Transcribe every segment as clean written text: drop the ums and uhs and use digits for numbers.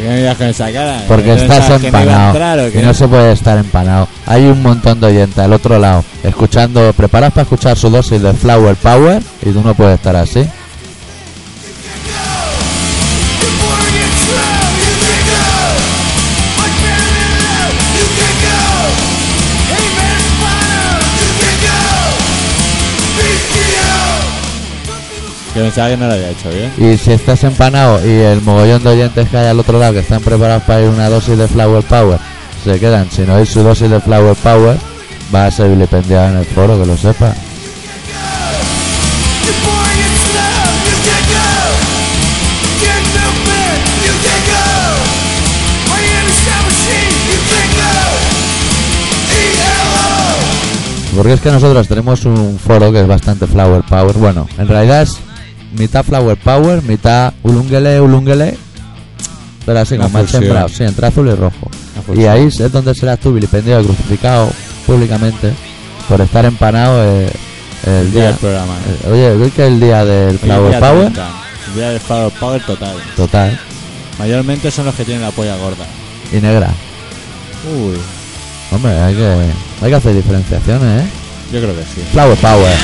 qué me miras con esa cara? Porque estás empanado ¿o y no se puede estar empanado. Hay un montón de oyentes al otro lado escuchando, preparados para escuchar su dosis de Flower Power y tú no puedes estar así. Que pensaba que no lo había hecho bien. Y si estás empanado y el mogollón de oyentes que hay al otro lado que están preparados para ir una dosis de Flower Power se quedan sin oír su dosis de Flower Power, va a ser vilipendiado en el foro, que lo sepa. Porque es que nosotros tenemos un foro que es bastante Flower Power. Bueno, en realidad es mitad Flower Power, mitad ulungele, pero así como mal sembrado, sí, entre azul y rojo. Y ahí es donde serás tú vilipendiado y crucificado públicamente por estar empanado el día del programa. Oye, ¿hoy que es el día del Flower Power? El día del Flower Power total. Total. Mayormente son los que tienen la polla gorda. Y negra. Uy. Hombre, hay que hacer diferenciaciones, ¿eh? Yo creo que sí. Flower Power.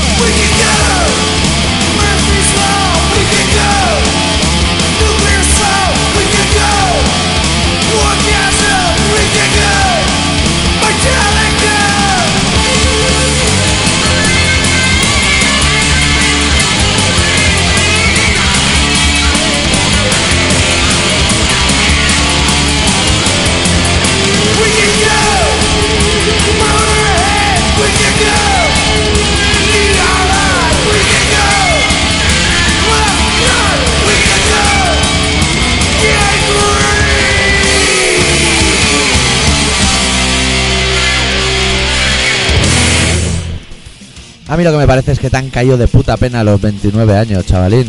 A mí lo que me parece es que te han caído de puta pena a los 29 años, chavalín.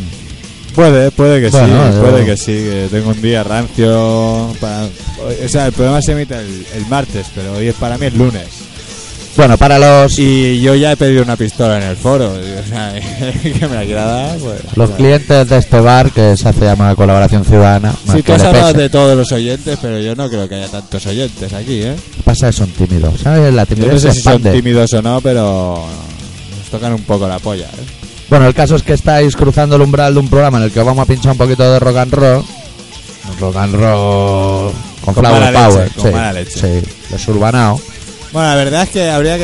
Puede que bueno, sí, puede que sí, que tengo un día rancio. O sea, el programa se emite el martes, pero hoy para mí es lunes. Bueno, para los... Y yo ya he pedido una pistola en el foro. O sea, que me la quiera dar, pues... Los clientes de este bar, que se hace llamar Colaboración Ciudadana... Sí, tú has hablado de todos los oyentes, pero yo no creo que haya tantos oyentes aquí, ¿eh? Lo que pasa es que son tímidos, ¿sabes? La timidez yo no sé se si son expande. tímidos o no, pero... nos tocan un poco la polla, ¿eh? Bueno, el caso es que estáis cruzando el umbral de un programa en el que vamos a pinchar un poquito de rock and roll. Rock and roll... Con Flower Power. Leche, con mala leche. Sí, desurbanado. Bueno, la verdad es que habría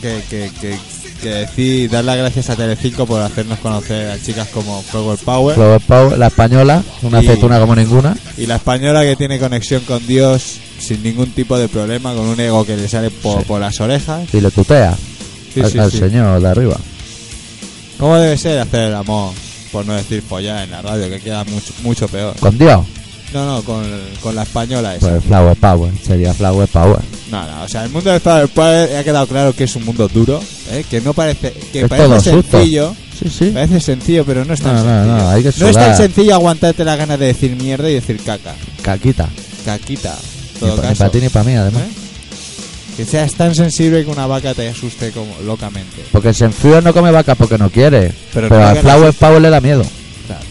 que decir, dar las gracias a Telecinco por hacernos conocer a chicas como Flower Power. Flower Power, la española, una aceituna como ninguna. Y la española que tiene conexión con Dios sin ningún tipo de problema, con un ego que le sale por las orejas. Y le tutea al sí. señor de arriba. ¿Cómo debe ser hacer el amor, por no decir follar en la radio, que queda mucho peor? ¿Con Dios? No, con la española esa. Pues Flower Power, sería Flower Power. No, o sea, el mundo del Flower Power ha quedado claro que es un mundo duro, ¿eh? Que no parece, que es parece sencillo. Sí. Parece sencillo, pero no es tan sencillo. No, hay que no es tan sencillo aguantarte las ganas de decir mierda y decir caca. Caquita. Caquita. Ni para ti ni para mí, además. Que seas tan sensible que una vaca te asuste como locamente. Porque el Senfrío no come vaca porque no quiere. Pero no a Flower Power le da miedo. Claro.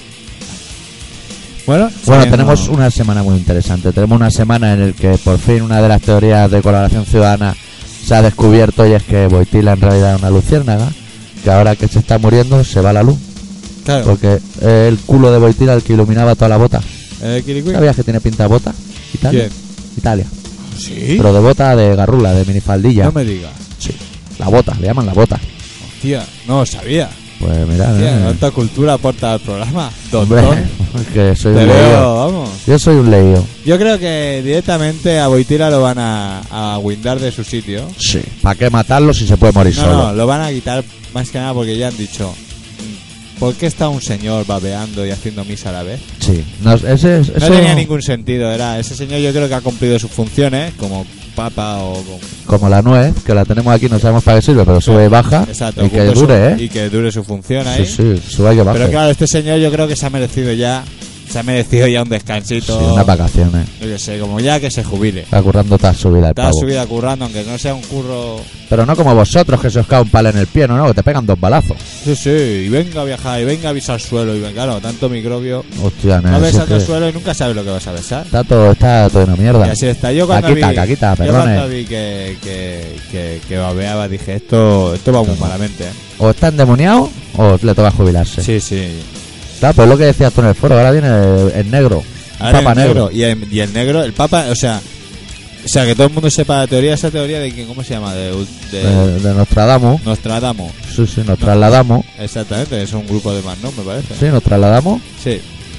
Bueno, tenemos una semana muy interesante. Tenemos una semana en la que por fin una de las teorías de Colaboración Ciudadana se ha descubierto, y es que Wojtyla en realidad es una luciérnaga, que ahora que se está muriendo se va la luz. Claro. Porque el culo de Wojtyla el que iluminaba toda la bota. ¿Kirikui? ¿Sabías que tiene pinta de bota? Italia. ¿Quién? Italia. ¿Sí? Pero de bota de garrula, de minifaldilla. No me digas. Sí. La bota, le llaman la bota. Hostia, no lo sabía. Pues mira, ¿cuánta cultura aporta al programa? Hombre, es que soy te un veo, leído. vamos. Yo soy un leído. Yo creo que directamente a Wojtyla lo van a guindar de su sitio. Sí. ¿Para qué matarlo si se puede morir solo? No, lo van a quitar más que nada porque ya han dicho, ¿por qué está un señor babeando y haciendo misa a la vez? Sí. No tenía ningún sentido. Ese señor yo creo que ha cumplido sus funciones como papa o como la nuez, que la tenemos aquí, no sabemos para qué sirve, pero sube y baja. Exacto, y que dure, y que dure su función ahí. Sí, sube y que baje. Pero claro, este señor yo creo que se ha merecido ya se ha merecido ya un descansito. Sí, unas vacaciones. Yo qué sé, como ya que se jubile. Está currando toda su vida el Está pavo. su vida currando, aunque no sea un curro. Pero no como vosotros, que se os cae un palo en el pie, ¿no? Que te pegan 2 balazos. Sí, sí, y venga a viajar, y venga a pisar suelo, y venga, claro, tanto microbio. Hostia, No nena, si es besas que el suelo y nunca sabes lo que vas a besar. está todo una mierda. Y así está. Yo cuando Caquita, yo perdones. cuando vi que babeaba, dije, esto va muy malamente, ¿eh? O está endemoniado o le toca jubilarse. Sí, sí. Claro, pues lo que decías tú en el foro, ahora viene el negro. Ahora Papa el negro. Y el negro, el papa, o sea, que todo el mundo sepa la teoría, esa teoría de que, ¿cómo se llama? De Nostradamus. Nostradamus. Sí, nos trasladamos. Exactamente, es un grupo de más, ¿no? Me parece. Sí, nos trasladamos. Sí.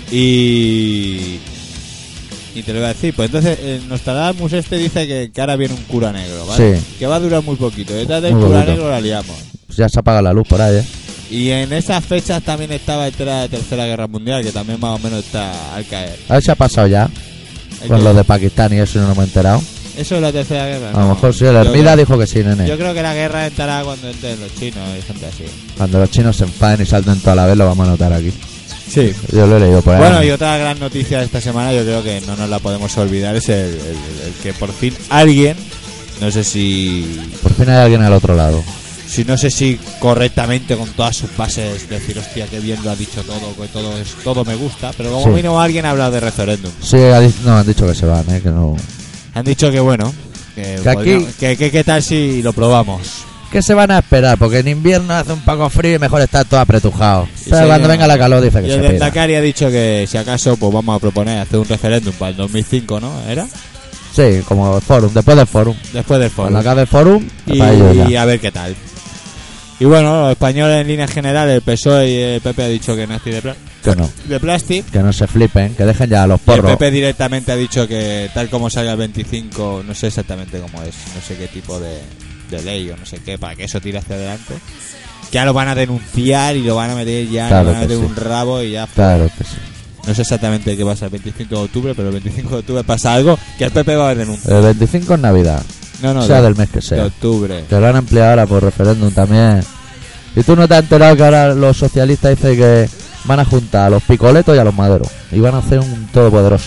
Y te lo iba a decir, pues entonces Nostradamus dice que ahora viene un cura negro, ¿vale? Sí. Que va a durar muy poquito. Detrás del Muy cura poquito. negro la liamos. Pues ya se apaga la luz por ahí, ¿eh? Y en esas fechas también estaba entera la Tercera Guerra Mundial, que también más o menos está al caer. A ver si ha pasado ya. Con lo de Pakistán y eso, no me he enterado. ¿Eso es la Tercera Guerra? A lo mejor sí, el Hermida dijo que sí, nene. Yo creo que la guerra entrará cuando entren los chinos y gente así. Cuando los chinos se enfaden y salten toda la vez, lo vamos a notar aquí. Sí. Yo lo he leído por ahí. Bueno, y otra gran noticia de esta semana, yo creo que no nos la podemos olvidar, es el que por fin alguien, no sé si Por fin hay alguien al otro lado. no sé si correctamente con todas sus bases decir, hostia, qué bien lo ha dicho todo, que todo me gusta, pero como Sí. mínimo alguien ha hablado de referéndum. Sí, no, han dicho que se van, que no. Han dicho que bueno, que aquí- qué tal si lo probamos. ¿Qué se van a esperar? Porque en invierno hace un poco frío y mejor estar todo apretujado. Y Pero sí, cuando no. venga la calor dice que Y se el pira. Dakari ha dicho que si acaso pues vamos a proponer hacer un referéndum para el 2005, ¿no? ¿Era? Sí, como el forum, después del forum. Después del Cuando foro. acabe el forum, para ellos Y ya. a ver qué tal. Y bueno, los españoles en líneas generales, el PSOE y el PP ha dicho que no estoy Que no, de plástico. que no se flipen, que dejen ya los Y el porros. PP directamente ha dicho que tal como salga el 25, no sé exactamente cómo es, no sé qué tipo de ley o no sé qué, para que eso tire hacia adelante, que ya lo van a denunciar y lo van a meter ya, Claro le van a que meter sí. un rabo y ya. Claro que sí. No sé exactamente qué pasa el 25 de octubre, pero el 25 de octubre pasa algo que el PP va a denunciar. El 25 es Navidad, No, sea de, del mes que de sea. octubre. Que lo han empleado ahora por referéndum también. ¿Y tú no te has enterado que ahora los socialistas dicen que van a juntar a los picoletos y a los maderos? Y van a hacer un todopoderoso.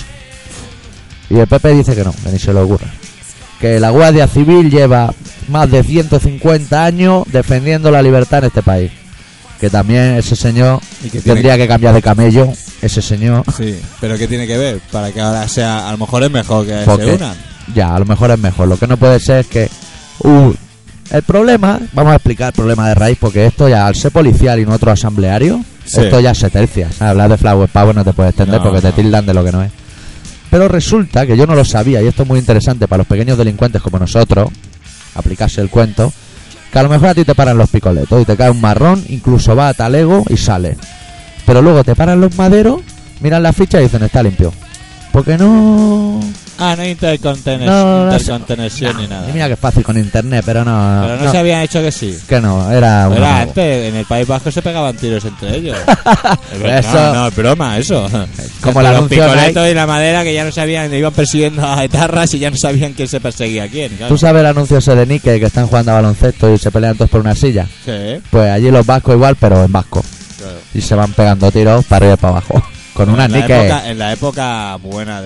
Y el PP dice que no, que ni se le ocurra. Que la Guardia Civil lleva más de 150 años defendiendo la libertad en este país. Que también ese señor Y que tiene tendría que cambiar de camello. Ese señor. Sí, pero ¿qué tiene que ver? Para que ahora sea, a lo mejor es mejor que Porque se unan. ya, a lo mejor es mejor. Lo que no puede ser es que... el problema, vamos a explicar el problema de raíz, porque esto ya, al ser policial y no otro asambleario, Sí. esto ya se tercia. ¿Sabes? Hablar de Flower Power no te puedes entender No, porque te no. tildan de lo que no es. Pero resulta que yo no lo sabía, y esto es muy interesante para los pequeños delincuentes como nosotros, aplicarse el cuento, que a lo mejor a ti te paran los picoletos y te cae un marrón, incluso va a talego y sale. Pero luego te paran los maderos, miran la ficha y dicen, está limpio. Porque no... Ah, no hay interconexión ni nada. Y mira que es fácil con internet, pero no... Pero no se habían hecho que sí. Que no, era Pero una... antes, en el País Vasco se pegaban tiros entre ellos. Es verdad, Eso- no, es broma, eso. Como el los anuncio de picoletos y la madera que ya no sabían, iban persiguiendo a etarras y ya no sabían quién se perseguía a quién. Claro. ¿Tú sabes el anuncio ese de Nike que están jugando a baloncesto y se pelean todos por una silla? Sí, Pues allí los vascos igual, pero en vasco. claro. Y se van pegando tiros para arriba y para abajo. Con una en la Nike... época, en la época buena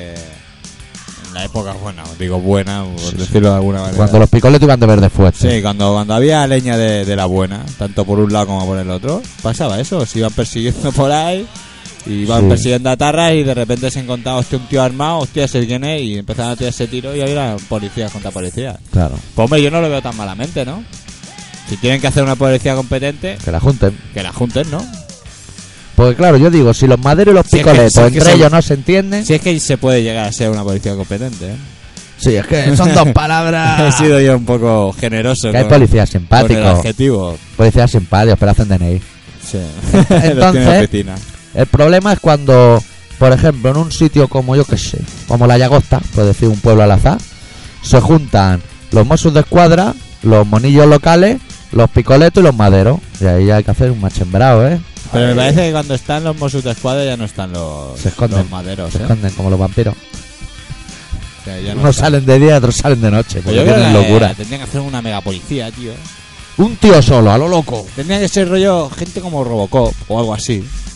en la época buena, digo buena, por decirlo de alguna manera. Cuando los picoletos iban de verde fuerte. Sí, cuando había leña de la buena, tanto por un lado como por el otro, pasaba eso, se iban persiguiendo por ahí, y iban Sí. persiguiendo a tarras y de repente se encontraba un tío armado, hostia, sé quién es, y empezaban a tirarse tiro y había policías contra policías. Claro. Pues hombre, yo no lo veo tan malamente, ¿no? Si tienen que hacer una policía competente, Que la junten. que la junten, ¿no? Porque claro, yo digo, si los maderos y los Si es que- picoletos si es que entre se- ellos no se entienden... Si es que se puede llegar a ser una policía competente, ¿eh? Sí, es que son dos He palabras... sido yo un poco generoso Que hay con, policías con el simpáticos. adjetivo. Policías simpáticos, pero hacen DNI. Sí. Entonces- Los tiene en oficina. El problema es cuando, por ejemplo, en un sitio como yo que sé, como la Llagosta, por decir un pueblo al azar, se juntan los Mossos de Escuadra, los monillos locales, los picoletos y los maderos. Y ahí hay que hacer un machembrado, ¿eh? Pero me parece que cuando están los Mossos de Escuadra ya no están los, Se esconden. los maderos, Se ¿eh? esconden como los vampiros. O sea, ya no Unos están. salen de día, otros salen de noche. Pero Porque yo creo tienen que locura. tendrían que hacer una mega policía, tío. Un tío solo, a lo loco. Tendría que ser rollo gente como Robocop o algo así.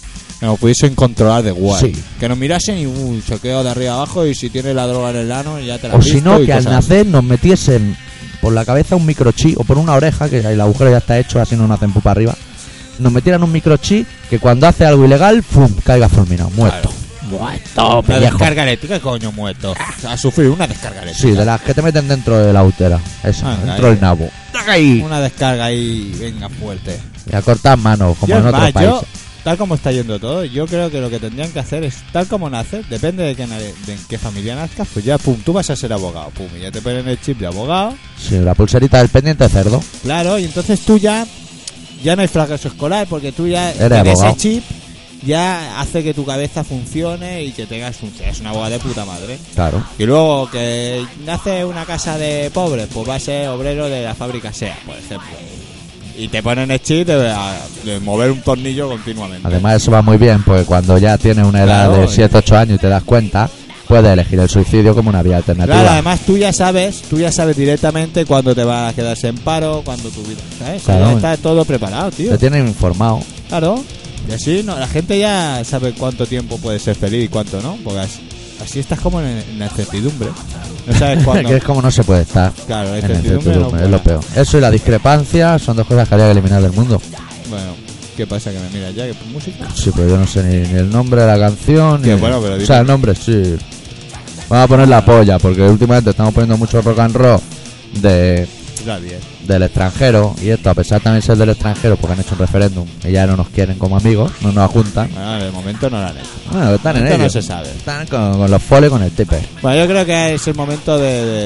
Que nos pudiesen controlar de guay. Sí. Que nos mirasen y choqueo de arriba abajo y si tienes la droga en el ano ya te la O has si visto no, y que al cosas. nacer nos metiesen por la cabeza un microchip o por una oreja, que el agujero ya está hecho, así no nos hacen pupa arriba. Nos metieran un microchip que cuando hace algo ilegal, ¡pum!, caiga fulminado, muerto. Muerto, Una pellejo. descarga eléctrica, ¿qué coño muerto? A sufrir una descarga Sí, eléctrica. de las que te meten dentro de la útera. Eso, Anda, dentro del nabo. ¡Taca ahí! Una descarga ahí, venga, fuerte. Y a cortar manos, como Yo, en es otros más, países. tal como está yendo todo, yo creo que lo que tendrían que hacer es, tal como naces, depende de en qué familia nazcas, pues ya, pum, tú vas a ser abogado, pum, y ya te ponen el chip de abogado, Sí, la pulserita del pendiente de cerdo. claro, y entonces tú ya no hay fracaso escolar, porque tú ya, Eres en abogado. ese chip, ya hace que tu cabeza funcione y que seas una abogada de puta madre. Claro. Y luego que nace en una casa de pobres, pues va a ser obrero de la fábrica SEA, por ejemplo. Y te ponen el chip de mover un tornillo continuamente. Además, eso va muy bien, porque cuando ya tienes una edad Claro, de 7, 8 años y te das cuenta, puedes elegir el suicidio como una vía alternativa. Claro, además tú ya sabes directamente cuándo te vas a quedarse en paro, cuando tu vida, ¿sabes? Claro. Ya está todo preparado, tío. Te tienen informado. Claro. Y así no, la gente ya sabe cuánto tiempo puede ser feliz y cuánto no, porque así estás como en la incertidumbre. No sabes cuándo. Que es como no se puede estar. Claro, la En incertidumbre no incertidumbre, es lo mola. peor. Eso y la discrepancia son dos cosas que habría que eliminar del mundo. Bueno, ¿qué pasa? Que me miras ya, que música. Sí, pero yo no sé ni el nombre de la canción. Que Ni, bueno, pero o dime. sea, el nombre sí. Vamos a poner la polla, porque últimamente estamos poniendo mucho rock and roll La 10. del extranjero. Y esto, a pesar de también ser del extranjero, porque han hecho un referéndum y ya no nos quieren como amigos, no nos juntan. Bueno, de momento no la han hecho. Bueno, están en Esto no ello. se sabe. Están con los fole con el tipe. Bueno, yo creo que es el momento de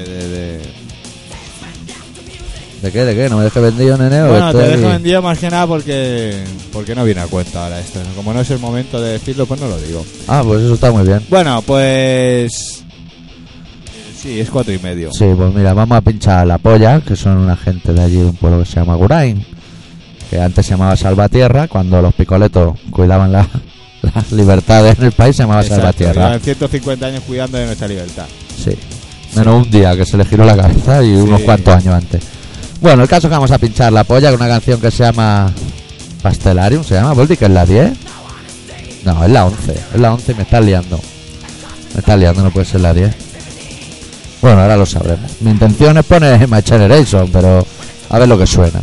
¿De qué? ¿No me dejes vendido, nene? o bueno, te estoy- dejo vendido más que nada porque no viene a cuenta ahora esto. Como no es el momento de decirlo, pues no lo digo. Ah, pues eso está muy bien. Bueno, pues sí, es 4:30. Sí, pues mira, vamos a pinchar La Polla, que son una gente de allí, de un pueblo que se llama Gurain, que antes se llamaba Salvatierra, cuando los picoletos cuidaban las libertades en el país, se llamaba Exacto, Salvatierra. llevan 150 años cuidando de nuestra libertad. Sí, menos un día que se le giró la cabeza y unos cuantos años antes. Bueno, el caso es que vamos a pinchar La Polla con una canción que se llama Pastelarium, se llama, Volti, que es la 10. No, es la 11, es la 11 y me estás liando. No puede ser la 10. Bueno, ahora lo sabremos. Mi intención es poner My Generation, pero a ver lo que suena.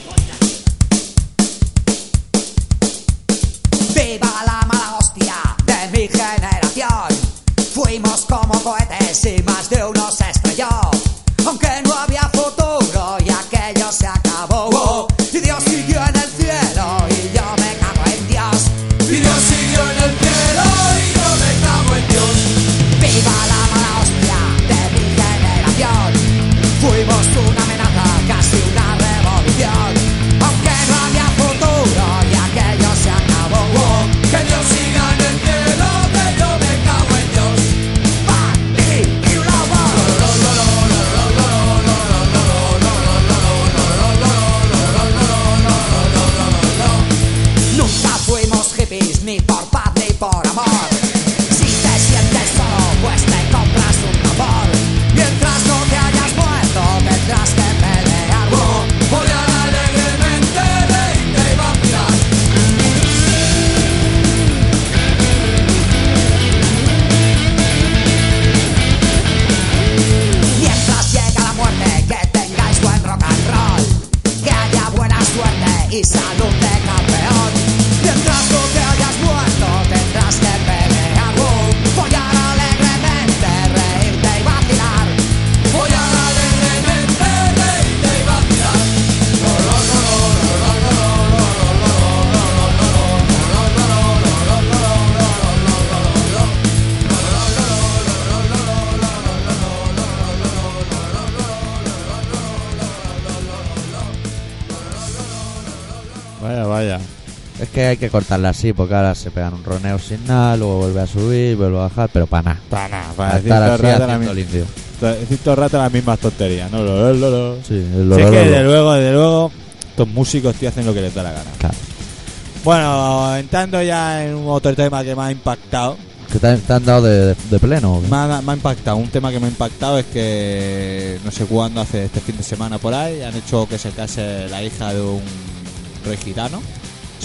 Viva la mala hostia de mi generación. Fuimos como cohetes y más de uno se estrelló. Aunque no había futuro y aquello se acabó. Y Dios siguió en el cielo y yo me cago en Dios. Y Dios siguió en el cielo y yo me cago en Dios. Viva la mala hostia de mi generación. Fuimos una amenaza, casi una revolución. Aunque no había futuro y aquello se acabó. Que Dios siga en el cielo, que yo me cago en Dios. Y una nunca fuimos hippies ni por paz ni por amor. Si te sientes solo, pues te compras un tambor. Mientras no te hayas muerto, tendrás que pelear. Follar alegremente, reírte y vacilar. Mientras llega la muerte, que tengáis buen rock and roll. Que haya buena suerte y salud de campeón. Mientras no te hayas muerto, tendrás que pelear. Follar alegremente, reírte y vacilar. Follar alegremente, reírte y vacilar. Vaya. Es que hay que cortarla así, porque ahora se pegan un roneo sin nada, luego vuelve a subir, vuelve a bajar, pero para nada. Para nada, Para para decir estar todo el así rato la haciendo misma- limpio. decir todo el rato las mismas tonterías, ¿no? Sí, el Si es dolor. que desde luego, estos músicos te hacen lo que les da la gana. Claro. Bueno, entrando ya en un otro tema que me ha impactado. ¿Que te han dado de pleno? ¿o qué? Me ha impactado. Un tema que me ha impactado es que no sé cuándo, hace este fin de semana por ahí, han hecho que se case la hija de un rey gitano. ¿Sí?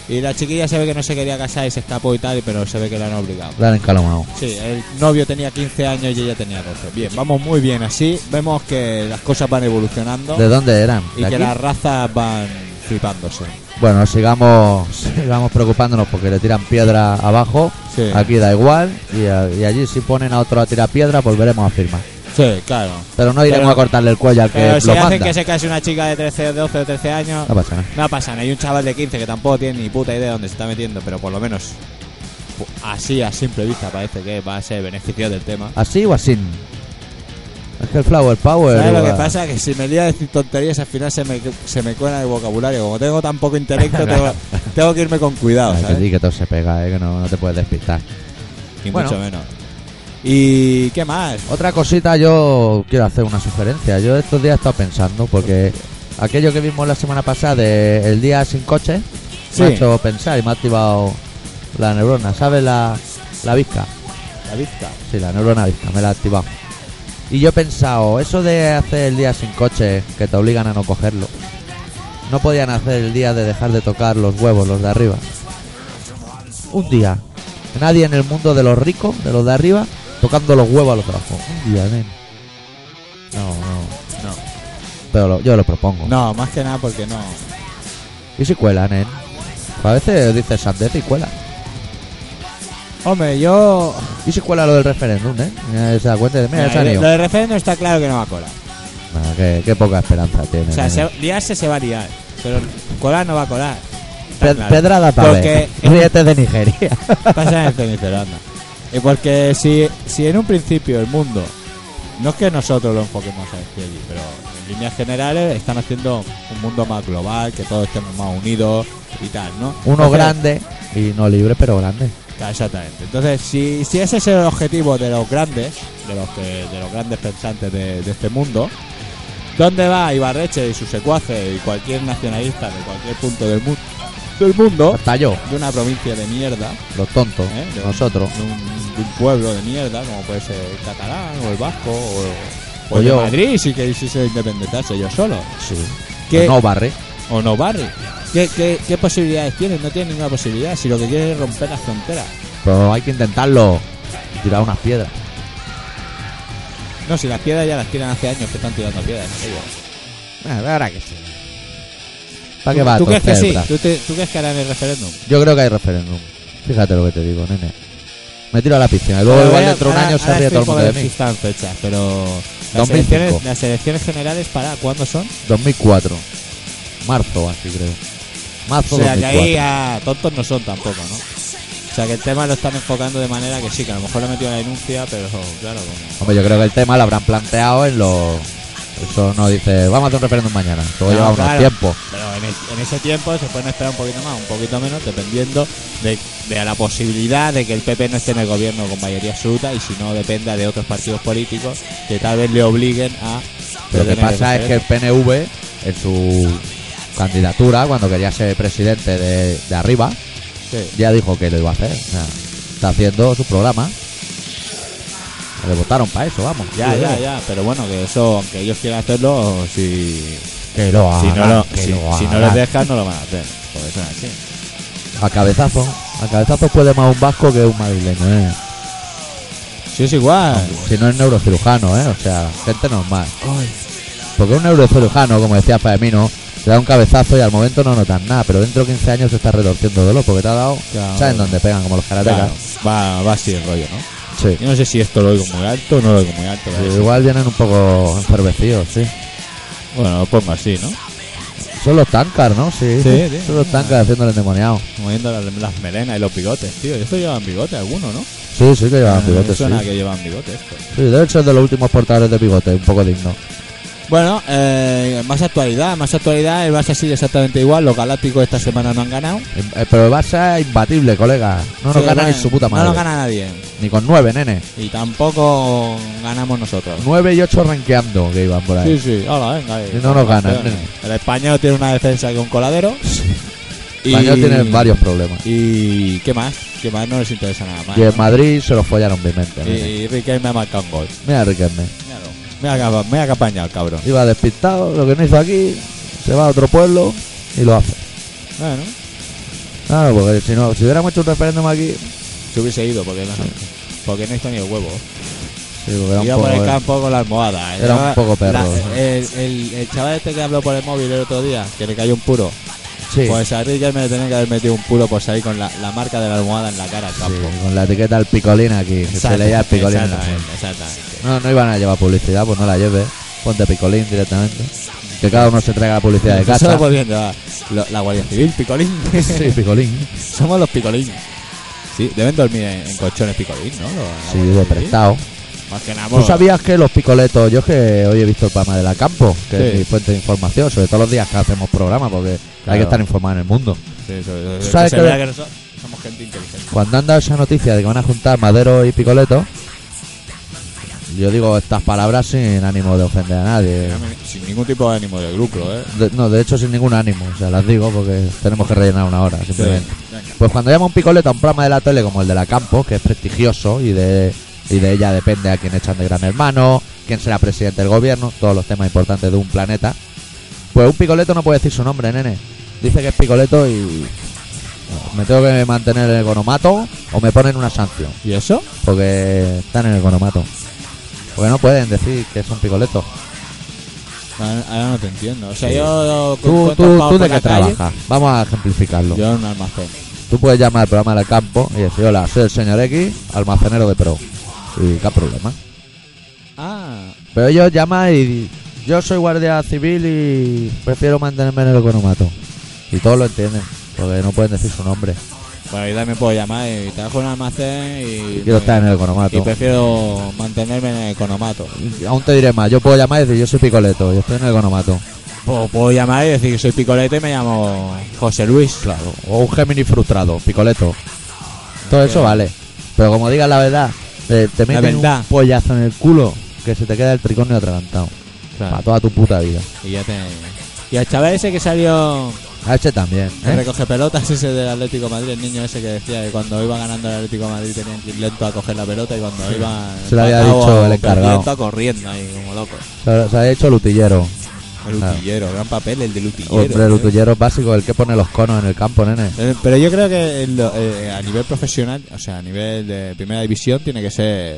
Y la chiquilla se ve que no se quería casar y se escapó y tal, pero se ve que la han obligado. La han encalomado. Sí, el novio tenía 15 años y ella tenía 12. Bien, vamos muy bien así. Vemos que las cosas van evolucionando ¿De dónde eran? y ¿De que aquí? las razas van flipándose. Bueno, sigamos preocupándonos porque le tiran piedra abajo. Sí. Aquí da igual. Y allí si ponen a otro a tirar piedra, volveremos a firmar. Sí, claro. Pero no iremos Pero- a cortarle el cuello al que Pero si lo hacen manda. que se case una chica de 13, 12 o 13 años, No pasa nada. no pasa nada. Hay un chaval de 15 que tampoco tiene ni puta idea de dónde se está metiendo, pero por lo menos así, a simple vista, parece que va a ser beneficio del tema. ¿Así o así? Es que el Flower Power... ¿Sabes lo que igual. pasa? Que si me lío a decir tonterías, al final se me cuela el vocabulario. Como tengo tan poco intelecto, tengo que irme con cuidado, Ay, que ¿sabes? sí, que todo se pega, que no te puedes despistar. Y Bueno. mucho menos. ¿Y qué más? Otra cosita, yo quiero hacer una sugerencia. Yo estos días he estado pensando, porque aquello que vimos la semana pasada de el día sin coche, me ha Sí. hecho pensar y me ha activado la neurona. ¿Sabes la visca? La vista. Sí, la neurona visca, me la ha activado. Y yo he pensado, eso de hacer el día sin coche, que te obligan a no cogerlo, no podían hacer el día de dejar de tocar los huevos, los de arriba. Un día. Nadie en el mundo de los ricos, de los de arriba, tocando los huevos a los de abajo. Un día, nen. No. No. Pero yo lo propongo. No, más que nada porque no. ¿Y si cuela, nen? A veces dices sandez y cuela. Hombre, yo. ¿Y si cuela lo del referéndum, eh? Se da cuenta de... Mira, se han lo ido. del referéndum está claro que no va a colar. Bueno, qué poca esperanza tiene. O sea, nene. liarse se va a liar. Pero colar no va a colar. Está Pe- claro. Pedrada para Porque ver. Ríete de Nigeria. pasa en el cenicero, anda. Y porque si en un principio el mundo, no es que nosotros lo enfoquemos aquí, pero en líneas generales están haciendo un mundo más global, que todos estemos más unidos y tal, ¿no? Uno Entonces, grande y no libre, pero grande. claro, exactamente. Entonces, si ese es el objetivo de los grandes, de los grandes pensantes de este mundo, ¿dónde va Ibarreche y sus secuaces y cualquier nacionalista de cualquier punto del mundo, Hasta yo, de una provincia de mierda, los tontos, de nosotros. de un pueblo de mierda, como puede ser el catalán o el vasco o O el de yo. Madrid, si quisiese independizarse ellos solos? Sí. ¿Qué- No barre. O no barri. ¿Qué posibilidades tienen? No tienen ninguna posibilidad. Si lo que quieren es romper las fronteras. Pero hay que intentarlo. Tirar unas piedras. No, si las piedras ya las tiran hace años que están tirando piedras ellos. Ahora que sí. ¿Para qué va a ¿Tú crees que torcer sí? el brazo? ¿Tú crees que harán el referéndum? Yo creo que hay referéndum. Fíjate lo que te digo, nene. Me tiro a la piscina. Y luego Pero igual voy a- dentro de un ahora- año se ahora ríe todo el explico mundo de ver si mí. están fechas, pero 2005. las elecciones generales para ¿cuándo son? 2004. Marzo, así creo. Marzo O sea, que 2004. ahí tontos no son tampoco, ¿no? O sea, que el tema lo están enfocando de manera que sí, que a lo mejor lo ha metido en la denuncia, pero claro, como... Hombre, yo creo que el tema lo habrán planteado en los... Eso no dice, vamos a hacer un referéndum mañana. Todo No, lleva unos claro. tiempos. Pero en ese tiempo se pueden esperar un poquito más, un poquito menos, dependiendo de la posibilidad de que el PP no esté en el gobierno con mayoría absoluta y si no dependa de otros partidos políticos que tal vez le obliguen a... Lo que tener pasa es que el referéndum. PNV, en su candidatura, cuando quería ser presidente de arriba, Sí. ya dijo que lo iba a hacer. O sea, está haciendo su programa. Le votaron para eso, vamos. Ya, Sí, ya, pero bueno, que eso, aunque ellos quieran hacerlo, si Que lo hagan, no, lo, que si, lo si no hagan. les dejan, no lo van a hacer. Porque eso es así. A cabezazo. A cabezazo puede más un vasco que un madrileño, Sí, es igual. Si no es neurocirujano, O sea, gente normal. Porque un neurocirujano, como decía Faemino, te da un cabezazo y al momento no notas nada, pero dentro de 15 años se está retorciendo de dolor porque te ha dado... Claro. ¿Saben dónde pegan? Como los karatecas. Claro, va así el rollo, ¿no? Sí. Yo no sé si esto lo oigo muy alto o no lo oigo muy alto. Sí, pero sí. igual vienen un poco enfervecidos, sí. Bueno, lo pongo así, ¿no? Son los tankars, ¿no? Sí. Sí, sí. Son los tankars haciendo el endemoniado. Moviendo las melenas y los bigotes, tío. Estos llevan bigote alguno, ¿no? Sí, sí que llevan Me bigotes, sí. suena que llevan bigote esto. Sí, deben ser de los últimos portadores de bigote, un poco digno. Bueno, más actualidad. El Barça sigue exactamente igual. Los Galácticos esta semana no han ganado. Pero el Barça es imbatible, colega. No nos Sí, gana ni ¿verdad? su puta madre. No nos gana nadie. Ni con 9, nene. Y tampoco ganamos nosotros. 9 y 8 renqueando que iban por ahí. Sí, sí, hola, venga. Y no nos ganan, Campeones. nene. El español tiene una defensa que un coladero. Español tiene varios problemas. ¿Y qué más? ¿Qué más? No les interesa nada más. Y en ¿no? Madrid se los follaron obviamente. nene. Y Riquelme ha marcado un gol. Mira Riquelme. Me ha acampañado el cabrón. Iba despistado, lo que no hizo aquí, se va a otro pueblo y lo hace. Bueno. Claro, porque si no, si hubiéramos hecho un referéndum aquí, Se hubiese ido, porque no hizo ni el huevo. sí, porque era Iba un por el poco, campo con la almohada. era un poco perro. El chaval este que habló por el móvil el otro día, que le cayó un puro. sí, Pues a Ricker me tenía que haber metido un puro por salir con la marca de la almohada en la cara al sí, campo. con la etiqueta del picolín aquí, que se leía el picolín. Exactamente. No iban a llevar publicidad, pues no la lleves. Ponte picolín directamente. Que cada uno se traiga la publicidad de Eso casa. lo podrían llevar la Guardia Civil, picolín. Sí, picolín. Somos los picolín. Sí, deben dormir en colchones picolín, ¿no? La Sí, Guardia de Civil. prestado. Más que nada, ¿Tú sabías que los picoletos, yo es que hoy he visto el programa de la Campo, que Sí. es mi fuente de información, sobre todo los días que hacemos programa, porque hay Claro. que estar informado en el mundo. Sí, ¿Tú sabes se que- vea que nosotros somos gente inteligente. Cuando han dado esa noticia de que van a juntar Madero y Picoleto, yo digo estas palabras sin ánimo de ofender a nadie. Sin ningún tipo de ánimo de lucro, ¿eh? De hecho sin ningún ánimo, o sea, las digo porque tenemos que rellenar una hora, simplemente. Venga. Pues cuando llama un Picoleto a un programa de la tele como el de la Campo, que es prestigioso y de ella depende a quién echan de Gran Hermano, quién será presidente del gobierno, todos los temas importantes de un planeta, pues un Picoleto no puede decir su nombre, nene. Dice que es Picoleto y me tengo que mantener en el economato o me ponen una sanción, ¿Y eso? porque están en el economato. Porque no pueden decir que es un Picoleto. Ahora no te entiendo. O sea, yo... ¿Tú de qué trabajas? Vamos a ejemplificarlo. Yo en un almacén. Tú puedes llamar al programa del campo y decir, hola, soy el señor X, almacenero de Pro. Y qué problema. Ah, Pero ellos llaman y yo soy guardia civil y prefiero mantenerme en el economato. Y todos lo entienden, porque no pueden decir su nombre. bueno, yo también puedo llamar y trabajo en un almacén y... Quiero estar en el Y economato. prefiero mantenerme en el economato. Y aún te diré más, yo puedo llamar y decir, yo soy Picoleto, yo estoy en el economato. Puedo llamar y decir que soy Picoleto y me llamo José Luis. Claro. O un Gemini frustrado, Picoleto. Todo eso vale. Pero como digas la verdad, te meten verdad. un pollazo en el culo que se te queda el tricornio atragantado. Para toda tu puta vida. Y ya te... Y al chaval ese que salió... A ese también, que ¿eh? recoge pelotas, ese del Atlético de Madrid, el niño ese que decía que cuando iba ganando el Atlético de Madrid tenían que ir lento a coger la pelota y cuando iba Se lo había empatado, dicho el encargado. lento corriendo ahí como loco. Se ha hecho lutillero. El utillero, gran papel el de utillero. Hombre, el utillero es básico, el que pone los conos en el campo, nene. Pero yo creo que a nivel profesional, o sea, a nivel de primera división tiene que ser,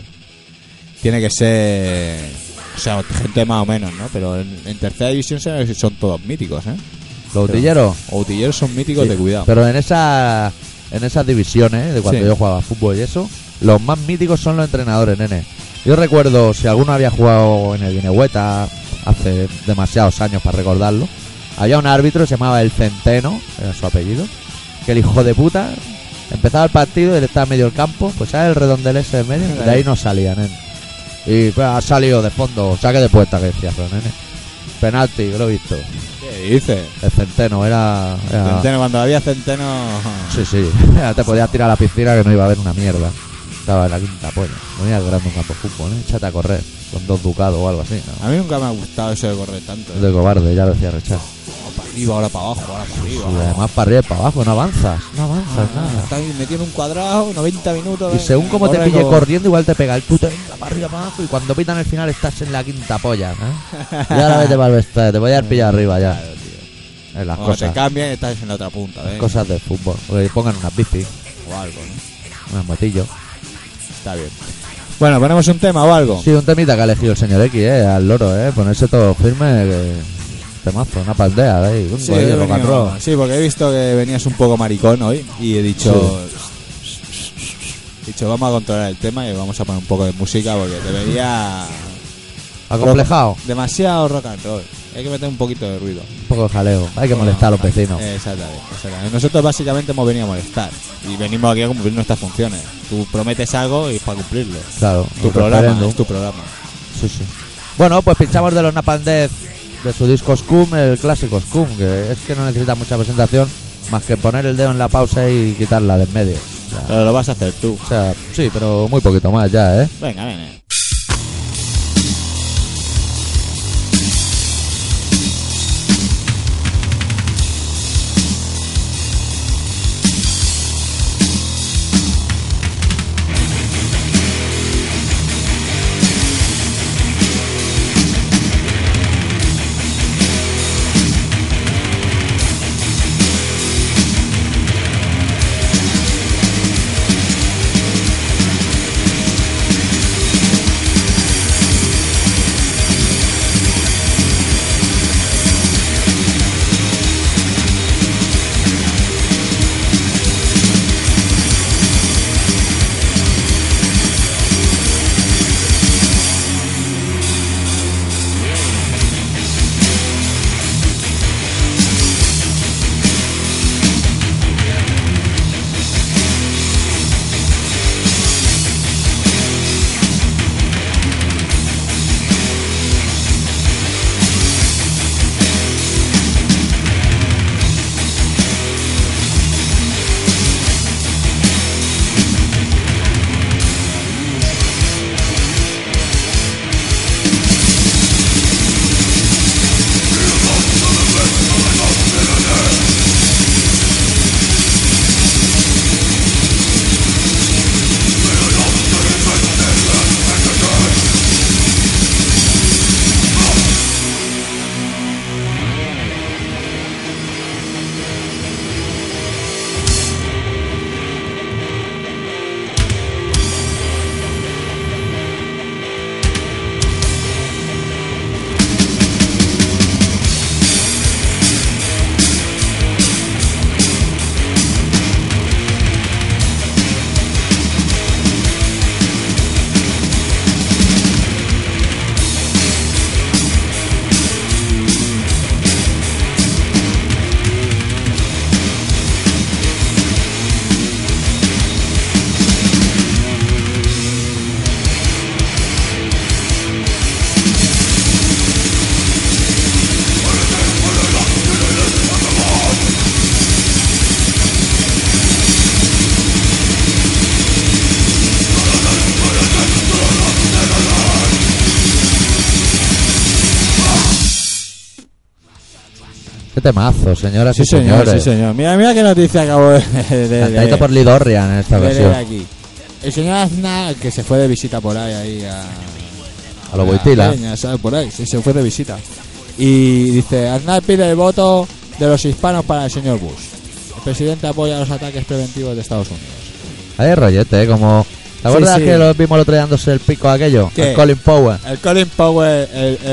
o sea, gente más o menos, ¿no? Pero en tercera división son todos míticos, ¿eh? Los utilleros. O utilleros son míticos Sí, de cuidado. Pero en esas divisiones, de cuando Sí. yo jugaba fútbol y eso, los más míticos son los entrenadores, nene. Yo recuerdo, si alguno había jugado en el Guinehueta hace demasiados años para recordarlo, había un árbitro que se llamaba El Centeno, era su apellido, que el hijo de puta empezaba el partido y él estaba en medio del campo, pues ¿sabes el redondel ese en medio? De ahí no salía, nene. Y pues, ha salido de fondo, saque de puerta que decía, pero nene. Penalti, lo he visto. ¿Qué dices? El Centeno era... Centeno, cuando había Centeno... Sí, sí. Te podías tirar a la piscina que no iba a haber una mierda. Estaba en la quinta polla. No venía grande un campo de fútbol, ¿eh? Échate a correr. Con 2 ducados o algo así, ¿no? A mí nunca me ha gustado eso de correr tanto. Es de cobarde, ya lo decía Rechaz. Para arriba, ahora para abajo, ahora para arriba. Y además para arriba y para abajo, no avanzas. No avanzas nada. Está ahí metido en un cuadrado, 90 minutos. Y venga, según como te corre pille como- corriendo, igual te pega el puto venga, para arriba, para abajo. Y cuando pitan el final estás en la quinta polla, ¿eh? Y ahora vete para el vestuario, te voy a dar pillado arriba ya. Claro, tío. Es las Cuando te cosas. cambian estás en la otra punta, ¿ves? Cosas del fútbol. O que pongan unas bicis, O algo, ¿no? unas motillos. Está bien. Bueno, ponemos un tema o algo. Sí, un temita que ha elegido el señor X, al loro, ponerse todo firme, que temazo, una pandea, ahí, un Sí, de he rock and venido- roll. sí, porque he visto que venías un poco maricón hoy y he dicho, vamos a controlar el tema y vamos a poner un poco de música porque te veía Acomplejado, demasiado rock and roll. Hay que meter un poquito de ruido. un poco de jaleo, hay que molestar a los vecinos. Exactamente. Nosotros básicamente hemos venido a molestar y venimos aquí a cumplir nuestras funciones. Tú prometes algo y es para cumplirlo. Claro, Tu un programa, referéndum. es tu programa. Sí, sí. Bueno, pues pinchamos de los Napalm Death de su disco Scum, el clásico Scum, que es que no necesita mucha presentación más que poner el dedo en la pausa y quitarla de en medio. Pero lo vas a hacer tú. O sea, sí, pero muy poquito más ya, ¿eh? Venga, ven. Thank Qué temazo, señoras Sí, y señor, señores. sí, señor. Mira qué noticia acabo de Cantadito por Lidorrian en esta de versión. leer aquí. El señor Aznar, que se fue de visita por ahí A lo Boitila. Peña, ¿sabes? Por ahí, sí, se fue de visita. Y dice, Aznar pide el voto de los hispanos para el señor Bush. El presidente apoya los ataques preventivos de Estados Unidos. Hay rollete, como... ¿Te acuerdas Sí, sí. que lo vimos el otro día dándose el pico a aquello? ¿Qué? El Colin Powell. El Colin Powell,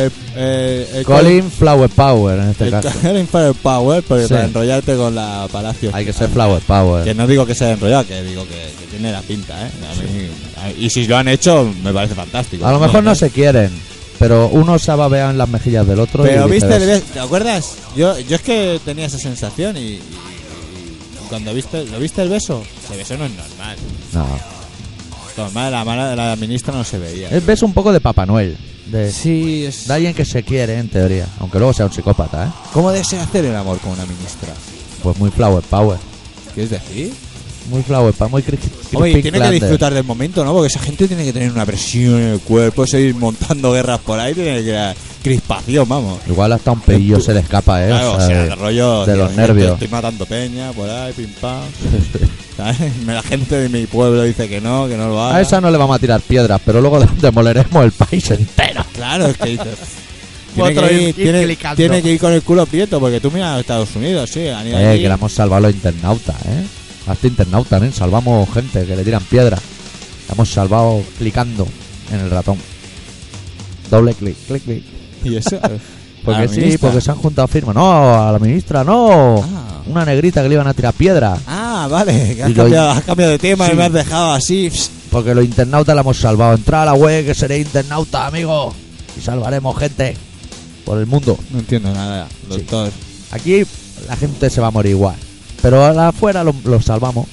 el Colin Flower Power en este el caso. Colin Power, porque Sí. para enrollarte con la Palacio. Hay que ser Flower Power. Que no digo que sea enrollado, que digo que tiene la pinta, ¿eh? Y si lo han hecho, me parece fantástico. A lo mejor no se quieren, pero uno se ha babeado en las mejillas del otro. Pero y viste, viceversa. ¿te acuerdas? Yo es que tenía esa sensación y cuando lo viste el beso, ese beso no es normal. No. Normal, la mano de la ministra no se veía. Ves un poco de Papá Noel. De, Sí, es... de alguien que se quiere, en teoría. Aunque luego sea un psicópata, ¿eh? ¿Cómo desea hacer el amor con una ministra? Pues muy Flower Power. ¿Quieres decir? Muy Flower Power, muy Oye, tiene que disfrutar del momento, ¿no? Porque esa gente tiene que tener una presión en el cuerpo, seguir montando guerras por ahí, tiene que dar crispación, vamos. Igual hasta un pelillo se le escapa, ¿eh? Claro, o sea, de rollo de tío, los yo nervios. Estoy matando peña por ahí, pim pam. ¿Sabes? La gente de mi pueblo dice que no lo haga. A esa no le vamos a tirar piedras, pero luego demoleremos el país entero. Claro, es que dices. Otro ir clicando. tiene que ir con el culo prieto, porque tú miras a Estados Unidos, sí. Han ido allí. Que le hemos salvado a los internautas, ¿eh? Hasta internautas, ¿eh? Salvamos gente que le tiran piedras. La hemos salvado clicando en el ratón. Doble clic, clic, clic. ¿Y eso? Porque ¿A la sí, ministra? porque se han juntado firmas. No, a la ministra, no. Ah. Una negrita que le iban a tirar piedras. Ah, vale, que has Y lo- cambiado de tema Sí. y me has dejado así. Porque los internautas la hemos salvado. Entrad a la web que seré internauta, amigo. Y salvaremos gente por el mundo. No entiendo nada, doctor. Aquí la gente se va a morir igual. Pero afuera los salvamos.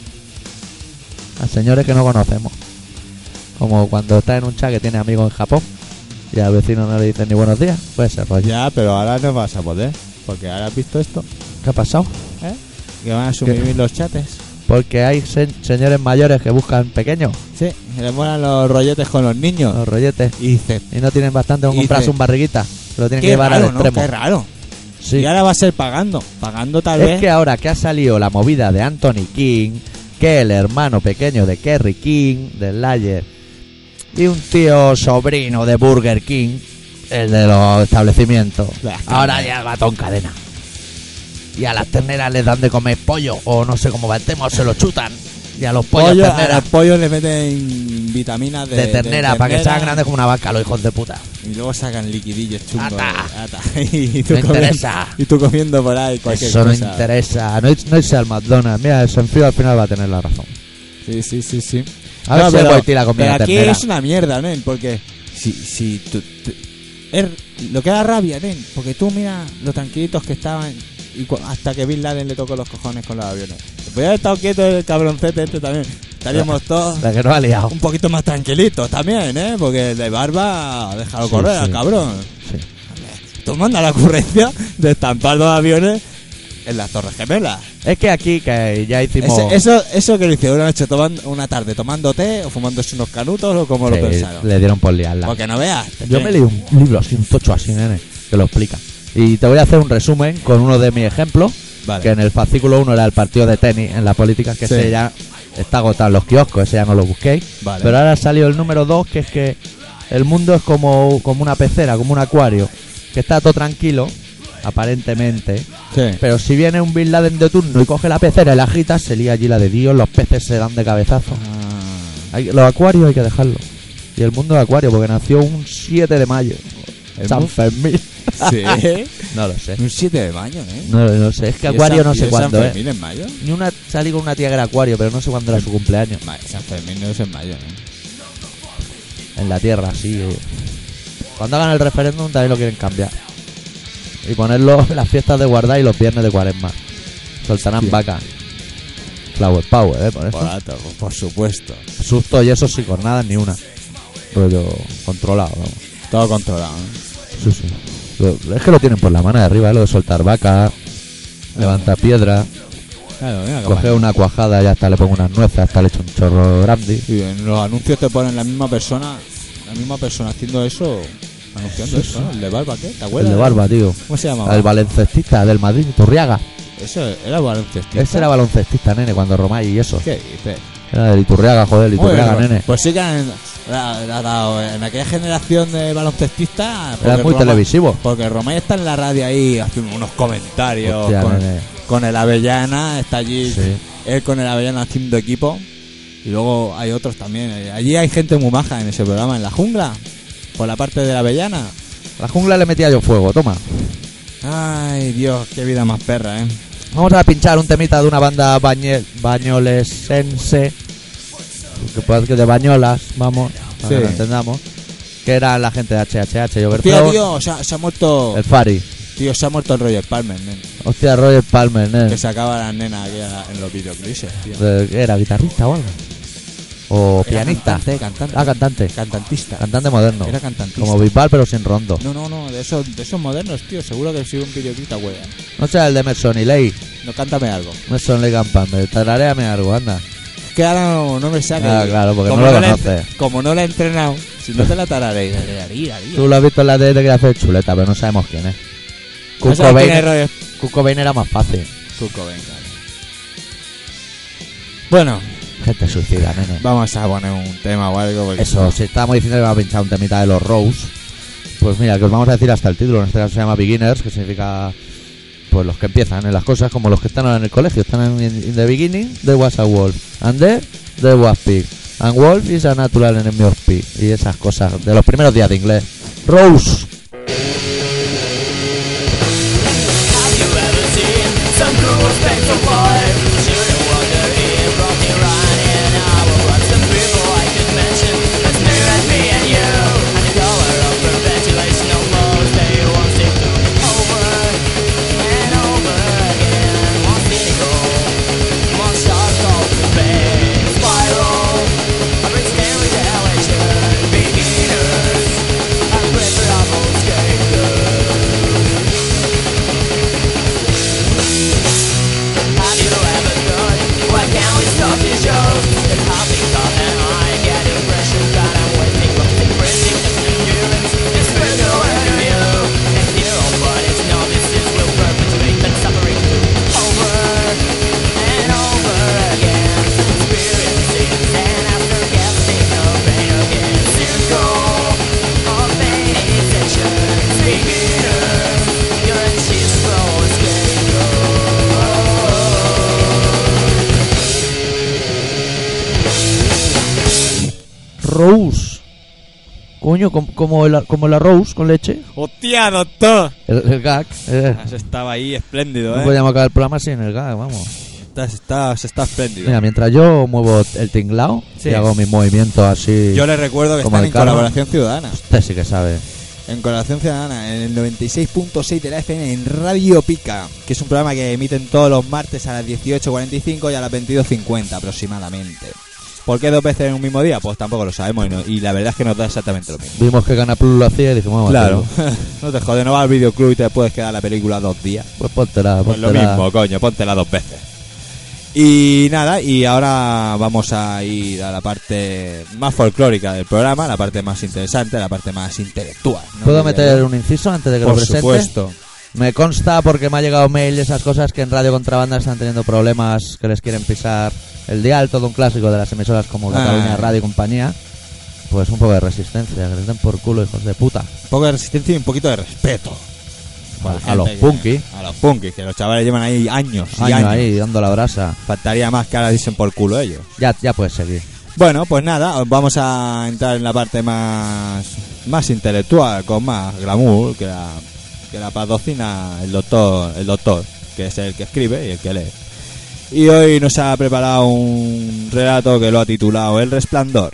A señores que no conocemos. Como cuando estás en un chat que tiene amigos en Japón y al vecino no le dicen ni buenos días. Pues ese rollo. Ya, pero ahora no vas a poder. Porque ahora has visto esto, ¿Qué ha pasado? ¿eh? Que van a suprimir los chates. Porque hay señores mayores que buscan pequeños, Sí, que le molan los rolletes con los niños. los rolletes, Y dice, y no tienen bastante con Y comprarse dice, un barriguita. Se lo tienen que qué llevar raro, al ¿no? extremo. Qué raro. Sí. Y ahora va a ser pagando. Pagando tal Es vez. que ahora que ha salido la movida de Anthony King, que el hermano pequeño de Kerry King, del Layer, y un tío sobrino de Burger King, el de los establecimientos, Las ahora cadenas. ya va todo en cadena. Y a las terneras les dan de comer pollo, o no sé cómo va el tema, o se lo chutan. Y a los pollos a terneras los pollos le meten vitaminas de ternera para que sean grandes como una vaca, los hijos de puta. Y luego sacan liquidillos chungos. Ata. Y tú No comiendo, interesa. y tú comiendo por ahí cualquier Eso no cosa. interesa. No irse al McDonald's. Mira, el Senfío al final va a tener la razón. Sí, sí, sí, sí. A ver si el Boitila comía pero aquí ternera. es una mierda, nen, porque si lo que da rabia, nen, porque tú mira lo tranquilitos que estaban y hasta que Bin Laden le tocó los cojones con los aviones. Podría haber estado quieto el cabroncete este también. Estaríamos todos La que no ha liado. un poquito más tranquilitos también, porque el de barba, déjalo Sí, correr sí. al cabrón. Sí. Tú manda la ocurrencia de estampar dos aviones en las Torres Gemelas. Es que aquí que ya hicimos... Eso que lo hicieron una noche una tarde tomando té o fumándose unos canutos o como lo Sí, pensaron. le dieron por liarla. Porque no veas. Yo me leí un libro así, un tocho así, nene, que lo explica. Y te voy a hacer un resumen con uno de mis ejemplos. Vale. Que en el fascículo 1 era el partido de tenis en la política, que Sí. ese ya está agotado en los kioscos, ese ya no lo busquéis. Vale. Pero ahora salió el número 2, que es que el mundo es como una pecera, como un acuario, que está todo tranquilo, aparentemente. Sí. Pero si viene un Bin Laden de turno y coge la pecera y la agita, se lía allí la de Dios, los peces se dan de cabezazo. Los acuarios hay que dejarlos. Y el mundo de acuario, porque nació un 7 de mayo. El San mu- Fermín. Sí. No lo sé. Un 7 de mayo, ¿eh? No sé, es que ¿Y acuario San- no y sé el cuándo San es. Fermín en mayo? Ni una salí con una tía que era acuario, pero no sé cuándo era su cumpleaños. San Fermín no es en mayo, En la tierra, sí. Cuando hagan el referéndum también lo quieren cambiar. Y ponerlo en las fiestas de guardar y los viernes de cuaresma. Soltarán Hostia. vacas. Flower Power, por eso. Barato, por supuesto. Susto y eso sí, cornadas ni una. Rollo controlado, vamos. Todo controlado, ¿eh? Sí, sí. Es que lo tienen por la mano de arriba, lo de soltar vaca, levantar piedra, Claro, mira, coger una cuajada y hasta le pongo unas nueces, hasta le echo un chorro brandy. Y en los anuncios te ponen la misma persona haciendo eso anunciando eso, ¿no? ¿El de barba qué? ¿Te El acuerdas? de barba, tío. ¿Cómo se llamaba? El baloncestista del Madrid, Iturriaga. Eso era baloncestista. Ese era baloncestista, nene, cuando Romay y eso. ¿Qué dices? Era del Iturriaga, joder, el Iturriaga, Joder, nene. Pues sí que le ha dado en aquella generación de baloncestistas. Era muy televisivo. Porque Romay está en la radio ahí haciendo unos comentarios. Hostia, nene. Con el Avellana, está allí. Sí. Él con el Avellana haciendo equipo. Y luego hay otros también. Allí hay gente muy maja en ese programa, en la jungla. Por la parte de la Avellana. La jungla le metía yo fuego, toma. Ay, Dios, qué vida más perra, Vamos a pinchar un temita de una banda bañolesense, que puede que de Bañolas, vamos, para Sí. que lo entendamos, que era la gente de HHH y Tío, Overflow. se ha muerto. El Fari. Tío, se ha muerto el Roger Palmer, nen. Hostia, Roger Palmer, Que ¿eh? sacaba a las nenas aquí en los videoclips, tío. ¿Era guitarrista o algo? ¿O Era pianista? Cantante. Ah, cantante. Cantantista. Cantante moderno. Era cantantista. Como Bisbal, pero sin rondo. No, de esos modernos, tío. Seguro que si un videoclip hueá. No sea el de Emerson y Ley. No, cántame algo. Emerson Ley Campambe. Tararéame algo, anda. Es que ahora no me sale. Ah, claro, porque Como no lo le- conoces. Como no la he entrenado, si no te la tararé. Tú lo has visto en la tele que quiere hacer chuleta, pero no sabemos quién es. No Kurt sabes quién es Cobain, Roger Kurt Cobain era más fácil. Cobain, claro. Bueno, Gente suicida, nene. vamos a poner un tema o algo. Porque Eso, si estábamos diciendo que vamos a pinchar un temita de los Rose, pues mira, que os vamos a decir hasta el título. En este caso se llama Beginners, que significa pues los que empiezan en las cosas, como los que están ahora en el colegio. Están in the beginning, there was a wolf, and there was pig, and wolf is a natural enemy of pig. Y esas cosas, de los primeros días de inglés. Rose. Have you ever seen some cruel painful boy? Shouldn't wonder if broken running. I will run some people I could mention as new as me and you. And the color of perpetuation almost they won't seem to over and over again. More cynical, more sharp call to pain. Spiral, a rich retaliation. Beginners, unpreparable scapegoat. Have you ever thought, why can't we stop these shows? That hopping top and I get impression that I'm wasting what's impressing as endurance. It's spiritual to you. And zero, but it's novices will perpetuate that suffering over and over again. Experiencing and after getting no pain again. Circle of pain inception. Beginners, you're a cheese roll scapegoat. Rose. Coño, como el arroz con leche. ¡Hostia, doctor! El gag. Has estado ahí espléndido, No podíamos acabar el programa sin el gag, vamos. Está espléndido. Mira, mientras yo muevo el tinglao Sí. y hago mis movimientos así. Yo les recuerdo que Como están el en carro. Colaboración Ciudadana. Usted sí que sabe. En Colaboración Ciudadana, en el 96.6 de la FM, en Radio Pica, que es un programa que emiten todos los martes a las 18.45 y a las 22.50 aproximadamente. ¿Por qué dos veces en un mismo día? Pues tampoco lo sabemos y la verdad es que nos da exactamente lo mismo. Vimos que Canal Plus lo hacía y dijimos, vamos a Claro, hacerlo. no te jode, no vas al videoclub y te puedes quedar la película 2 días. Pues póntela, Pues lo póntela. mismo, coño, póntela 2 veces. Y nada, y ahora vamos a ir a la parte más folclórica del programa, la parte más interesante, la parte más intelectual, ¿no? ¿Puedo Diría meter yo. un inciso antes de que Por lo presente? supuesto. Me consta porque me ha llegado mail y esas cosas que en Radio Contrabanda están teniendo problemas, que les quieren pisar el dial, todo un clásico de las emisoras como Cataluña Radio y compañía. Pues un poco de resistencia, que les den por culo, hijos de puta. Un poco de resistencia y un poquito de respeto. Para la A los gente que- punkis. A los punkis, que los chavales llevan ahí años y Años años. ahí dando la brasa. Faltaría más que ahora dicen por culo ellos. Ya puedes seguir. Bueno, pues nada, vamos a entrar en la parte más intelectual, con más glamour, que la patrocina el doctor, que es el que escribe y el que lee. Y hoy nos ha preparado un relato que lo ha titulado El Resplandor.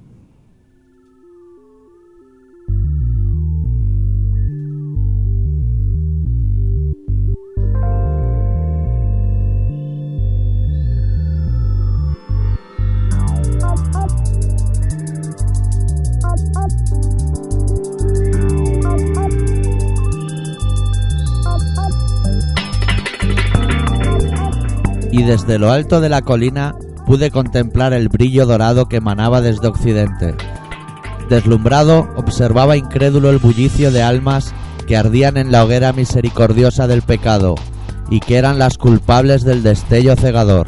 Y desde lo alto de la colina pude contemplar el brillo dorado que emanaba desde occidente. Deslumbrado, observaba incrédulo el bullicio de almas que ardían en la hoguera misericordiosa del pecado y que eran las culpables del destello cegador.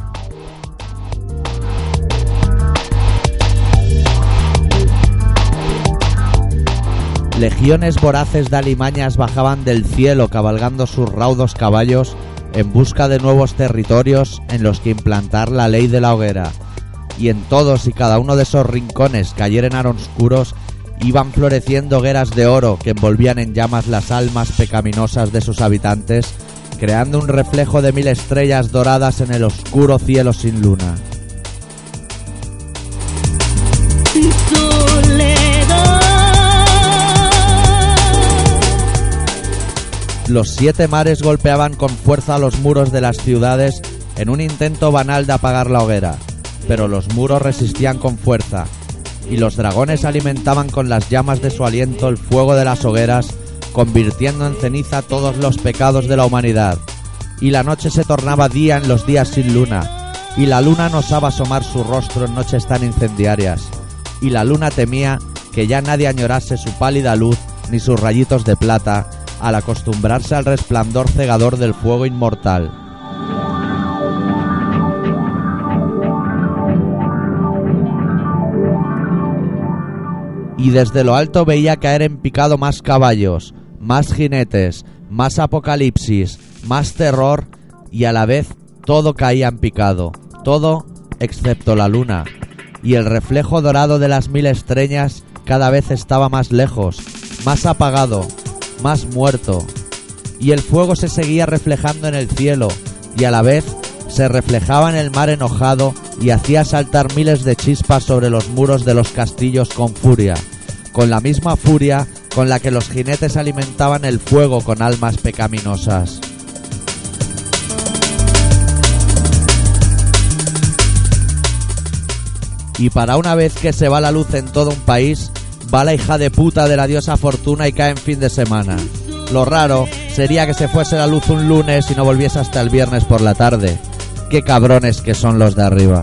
Legiones voraces de alimañas bajaban del cielo cabalgando sus raudos caballos en busca de nuevos territorios en los que implantar la ley de la hoguera. Y en todos y cada uno de esos rincones que ayer eran oscuros iban floreciendo hogueras de oro que envolvían en llamas las almas pecaminosas de sus habitantes, creando un reflejo de 1000 estrellas doradas en el oscuro cielo sin luna. Los 7 mares golpeaban con fuerza los muros de las ciudades en un intento banal de apagar la hoguera, pero los muros resistían con fuerza, y los dragones alimentaban con las llamas de su aliento el fuego de las hogueras, convirtiendo en ceniza todos los pecados de la humanidad. Y la noche se tornaba día en los días sin luna, y la luna no osaba asomar su rostro en noches tan incendiarias, y la luna temía que ya nadie añorase su pálida luz ni sus rayitos de plata, al acostumbrarse al resplandor cegador del fuego inmortal. Y desde lo alto veía caer en picado más caballos, más jinetes, más apocalipsis, más terror, y a la vez todo caía en picado, todo excepto la luna, y el reflejo dorado de las 1000 estrellas cada vez estaba más lejos, más apagado, más muerto, y el fuego se seguía reflejando en el cielo, y a la vez se reflejaba en el mar enojado y hacía saltar miles de chispas sobre los muros de los castillos con furia, con la misma furia con la que los jinetes alimentaban el fuego con almas pecaminosas. Y para una vez que se va la luz en todo un país, va la hija de puta de la diosa Fortuna y cae en fin de semana. Lo raro sería que se fuese la luz un lunes y no volviese hasta el viernes por la tarde. Qué cabrones que son los de arriba.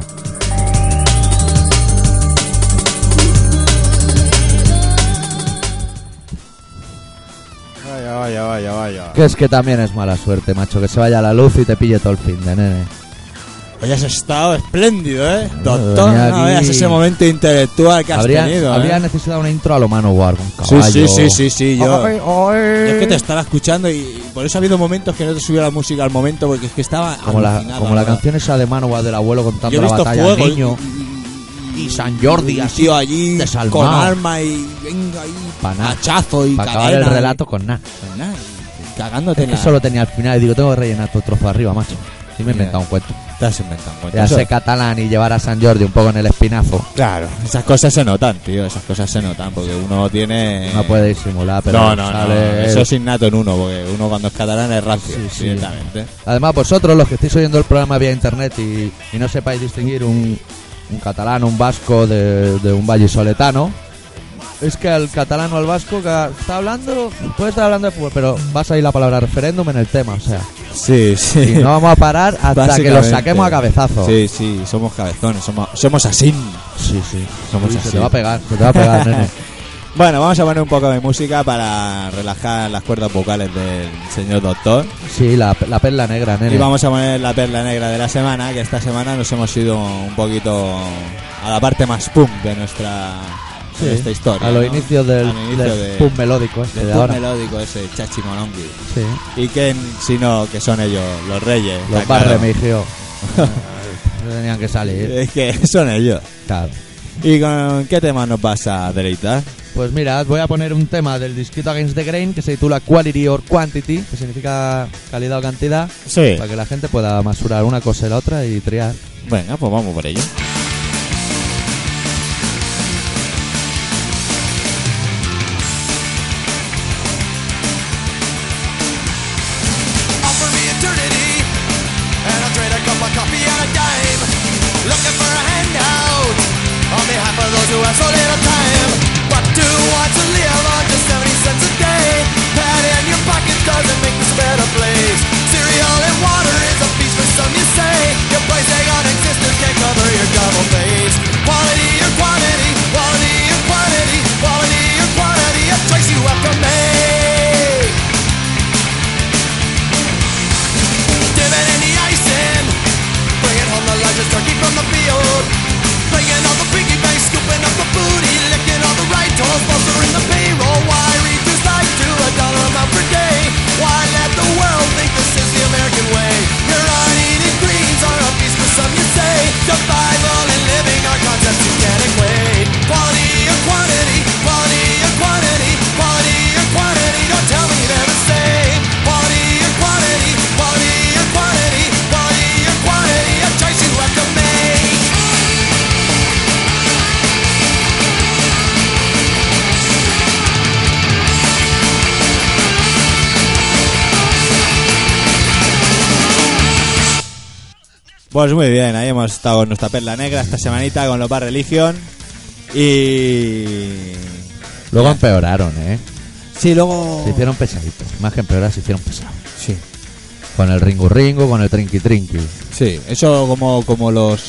Vaya. Que es que también es mala suerte, macho, que se vaya la luz y te pille todo el fin de nene. Hoy has estado espléndido, doctor. venía No aquí. veas ese momento intelectual que has tenido. Habría necesitado una intro a lo Manowar con caballo. Sí. Yo es que te estaba escuchando y por eso ha habido momentos que no te subía la música al momento porque es que estaba Como la alucinado. canción esa de Manowar del abuelo Yo contando he la visto batalla fuego al niño. Y San Jordi y así, tío allí desalmado. con arma y venga ahí Pa' nada. hachazo y para acabar el cadena relato con nada. y nada, cagándote Es en que la... solo tenía al final y digo, tengo que rellenar todo el trozo de arriba, macho. Y me he inventado un cuento. Te has inventado un cuento. Ya Eso- sé catalán y llevar a San Jordi un poco en el espinazo. Claro, esas cosas se notan, tío. Esas cosas se notan porque uno tiene... No puede disimular, pero no, sale... eso es innato en uno, porque uno cuando es catalán es rancio, Sí. directamente. Además, vosotros, los que estáis oyendo el programa vía internet y no sepáis distinguir un catalán, un vasco de un vallisoletano, es que al catalán o al vasco que está hablando, puede estar hablando de fútbol, pero va a salir la palabra referéndum en el tema, o sea, Sí. y no vamos a parar hasta que lo Básicamente. saquemos a cabezazo. Sí, somos cabezones, somos así. Sí. Somos Uy, así. se te va a pegar, nene. Bueno, vamos a poner un poco de música para relajar las cuerdas vocales del señor doctor. Sí, la perla negra, nene. Y vamos a poner la perla negra de la semana, que esta semana nos hemos ido un poquito a la parte más punk de nuestra historia. a los ¿no? inicios del de- punk melódico este del de punk ahora. melódico ese Chachi Molongi. Sí. Y que si no, que son ellos, los reyes. Los está claro. barres me dijo. No tenían que salir. Es que son ellos. Claro. ¿Y con qué tema nos vas a deleitar? Pues mira, voy a poner un tema del disquito Against the Grain que se titula Quality or Quantity, que significa calidad o cantidad, Sí. para que la gente pueda masurar una cosa y la otra y triar. Venga, pues vamos por ello. Offer me eternity, and I'll trade a cup of coffee and a dime. Looking for a handout on behalf of those who have so little time. But to want to live on just 70 cents a day, that in your pocket doesn't make this better place. Cereal and water is a feast for some, you say. Your price tag on existence can't cover your double face. Quality or quantity, quality or quantity, quality. Pues muy bien, ahí hemos estado con nuestra perla negra esta semanita con los Bad Religion. Y... Luego empeoraron, ¿eh? Sí, luego... Se hicieron pesaditos. Más que empeorar, se hicieron pesados. Sí, Con el Ringu Ringu, con el Trinqui Trinqui. sí, eso como los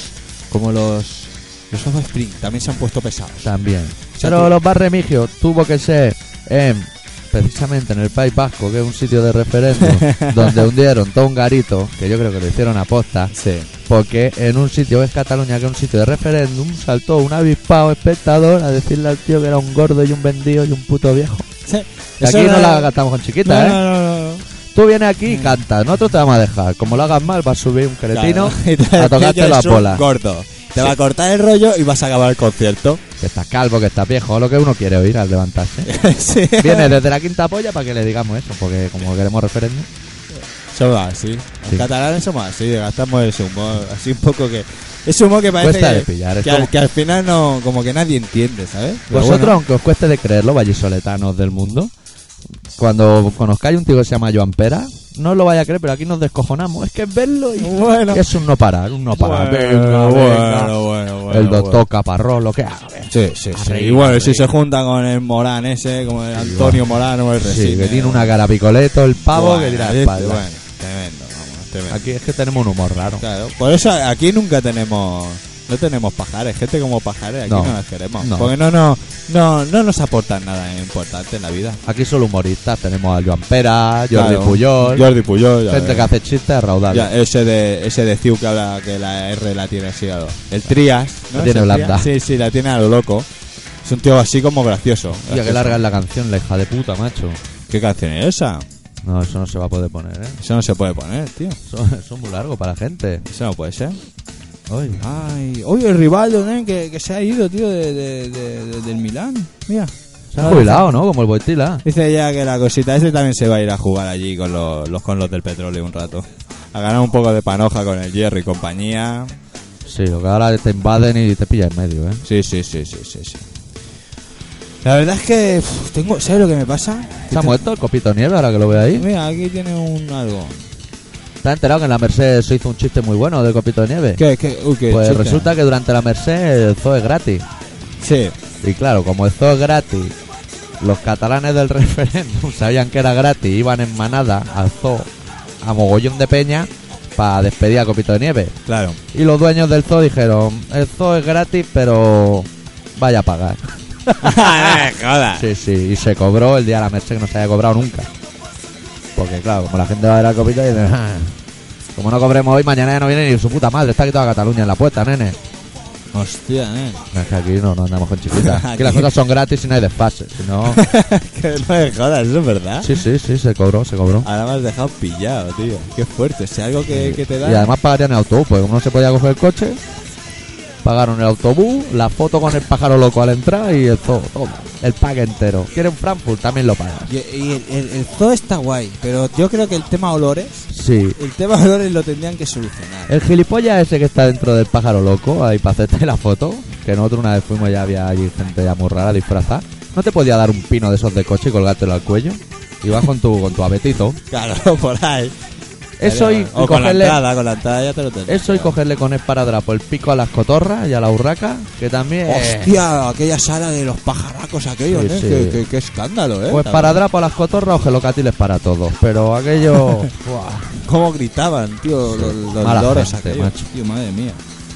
Offspring también se han puesto pesados. También. sea, Pero que- los Bar Remigio tuvo que ser precisamente en el País Vasco, que es un sitio de referéndum, donde hundieron todo un garito, que yo creo que lo hicieron a posta, Sí. porque en un sitio, es Cataluña, que es un sitio de referéndum, saltó un avispado espectador a decirle al tío que era un gordo y un vendido y un puto viejo. Sí. Y aquí no la gastamos con chiquita, No, ¿eh? no. Tú vienes aquí y cantas, nosotros te vamos a dejar. Como lo hagas mal, vas a subir un cretino Claro. a tocarte las bolas. Gordo. Te Sí. va a cortar el rollo y vas a acabar el concierto. Que estás calvo, que estás viejo, lo que uno quiere oír al levantarse. Sí. Viene desde la quinta polla para que le digamos eso, porque como queremos referéndum. Somos así. Los Sí. catalanes somos así, gastamos ese humor así un poco que... Ese humor que parece Cuesta de pillar, es que, como- que al final no, como que nadie entiende, ¿sabes? Pero Vosotros, bueno. aunque os cueste de creerlo, vallisoletanos del mundo, cuando conozcáis un tío que se llama Joan Pera, no os lo vaya a creer, pero aquí nos descojonamos. Es que es verlo y Bueno. es un no parar, un no parar. Bueno, Venga. bueno, El doctor Caparrós, lo que haga. Sí, sí, sí. Arriba, Y bueno, si arriba. se junta con el Morán ese, como el Antonio Morán o el Sí, Resine. que tiene una cara picoleto, el pavo que tira la espalda. Bueno, tremendo, vamos, tremendo. Aquí es que tenemos un humor raro. Claro, por eso aquí nunca tenemos... No tenemos pajares, gente como pajares, aquí No, no, las queremos. no. Porque no nos aportan nada importante en la vida. Aquí solo humoristas, tenemos a Joan Pera, Jordi Claro. Puyol, Jordi Puyol. ya gente ves. que hace chistes raudables. Ya, ese de Ciu que habla que la R la tiene así a lo... El Trias, ¿no? La tiene ¿Es el blanda. Trias? Sí, la tiene a lo loco. Es un tío así como gracioso. Hostia, que gracioso. larga es la canción, la hija de puta, macho. ¿Qué canción es esa? No, eso no se va a poder poner, ¿eh? Eso no se puede poner, tío. Eso es muy largo para la gente. Eso no puede ser. Ay, Ay, oye, el Rivaldo, ¿eh? que se ha ido, tío, del Milán. Mira. se ha jubilado, ¿no? Como el Boitila. Dice ya que la cosita ese también se va a ir a jugar allí con los del petróleo un rato. A ganar un poco de panoja con el Jerry y compañía. Sí, lo que ahora te invaden y te pilla en medio, ¿eh? Sí. La verdad es que ¿sabes lo que me pasa? ¿Se ha muerto el copito nieve ahora que lo veo ahí? Mira, aquí tiene un algo. ¿Te has enterado que en la Merced se hizo un chiste muy bueno del copito de nieve? ¿Qué? Pues chiste? resulta que durante la Merced el zoo es gratis. Sí. Y claro, como el zoo es gratis, los catalanes del referéndum sabían que era gratis, iban en manada al zoo a mogollón de peña para despedir a copito de nieve. Claro. Y los dueños del zoo dijeron, el zoo es gratis, pero vaya a pagar. Joda. Sí, y se cobró el día de la Merced que no se había cobrado nunca. Porque claro, como la gente va a ver al copito y dice, como no cobremos hoy, mañana ya no viene ni su puta madre, está aquí toda Cataluña en la puerta, nene. Hostia, Es que aquí no andamos con chiquitas. Aquí las Aquí. cosas son gratis y no hay desfase. Si no... Que no me jodas, eso es verdad. Sí, se cobró. Ahora me has dejado pillado, tío. Qué fuerte. Si algo que te da. Y además pagarían el autobús, porque como no se podía coger el coche, pagaron el autobús, la foto con el pájaro loco al entrar y el zoo, todo. El pack entero. ¿Quieren Frankfurt? También lo pagas. Y el zoo está guay, pero yo creo que el tema olores, Sí. el tema olores lo tendrían que solucionar. El gilipollas ese que está dentro del pájaro loco, ahí para hacerte la foto, que nosotros una vez fuimos y ya había allí gente ya muy rara disfrazada, ¿no te podía dar un pino de esos de coche y colgártelo al cuello? Y vas con tu abetito. Claro, por ahí. Eso y O con la cogerle... entrada ya te lo tendrás. Eso y cogerle con esparadrapo el pico a las cotorras y a la urraca, que también... Hostia, aquella sala de los pajarracos aquellos, Sí, ¿eh? sí. Qué escándalo, ¿eh? Pues esparadrapo a las cotorras o gelocatiles para todos. Pero aquello... ¡buah! Cómo gritaban, tío, los Mala loros gente, aquellos, macho. tío, madre mía.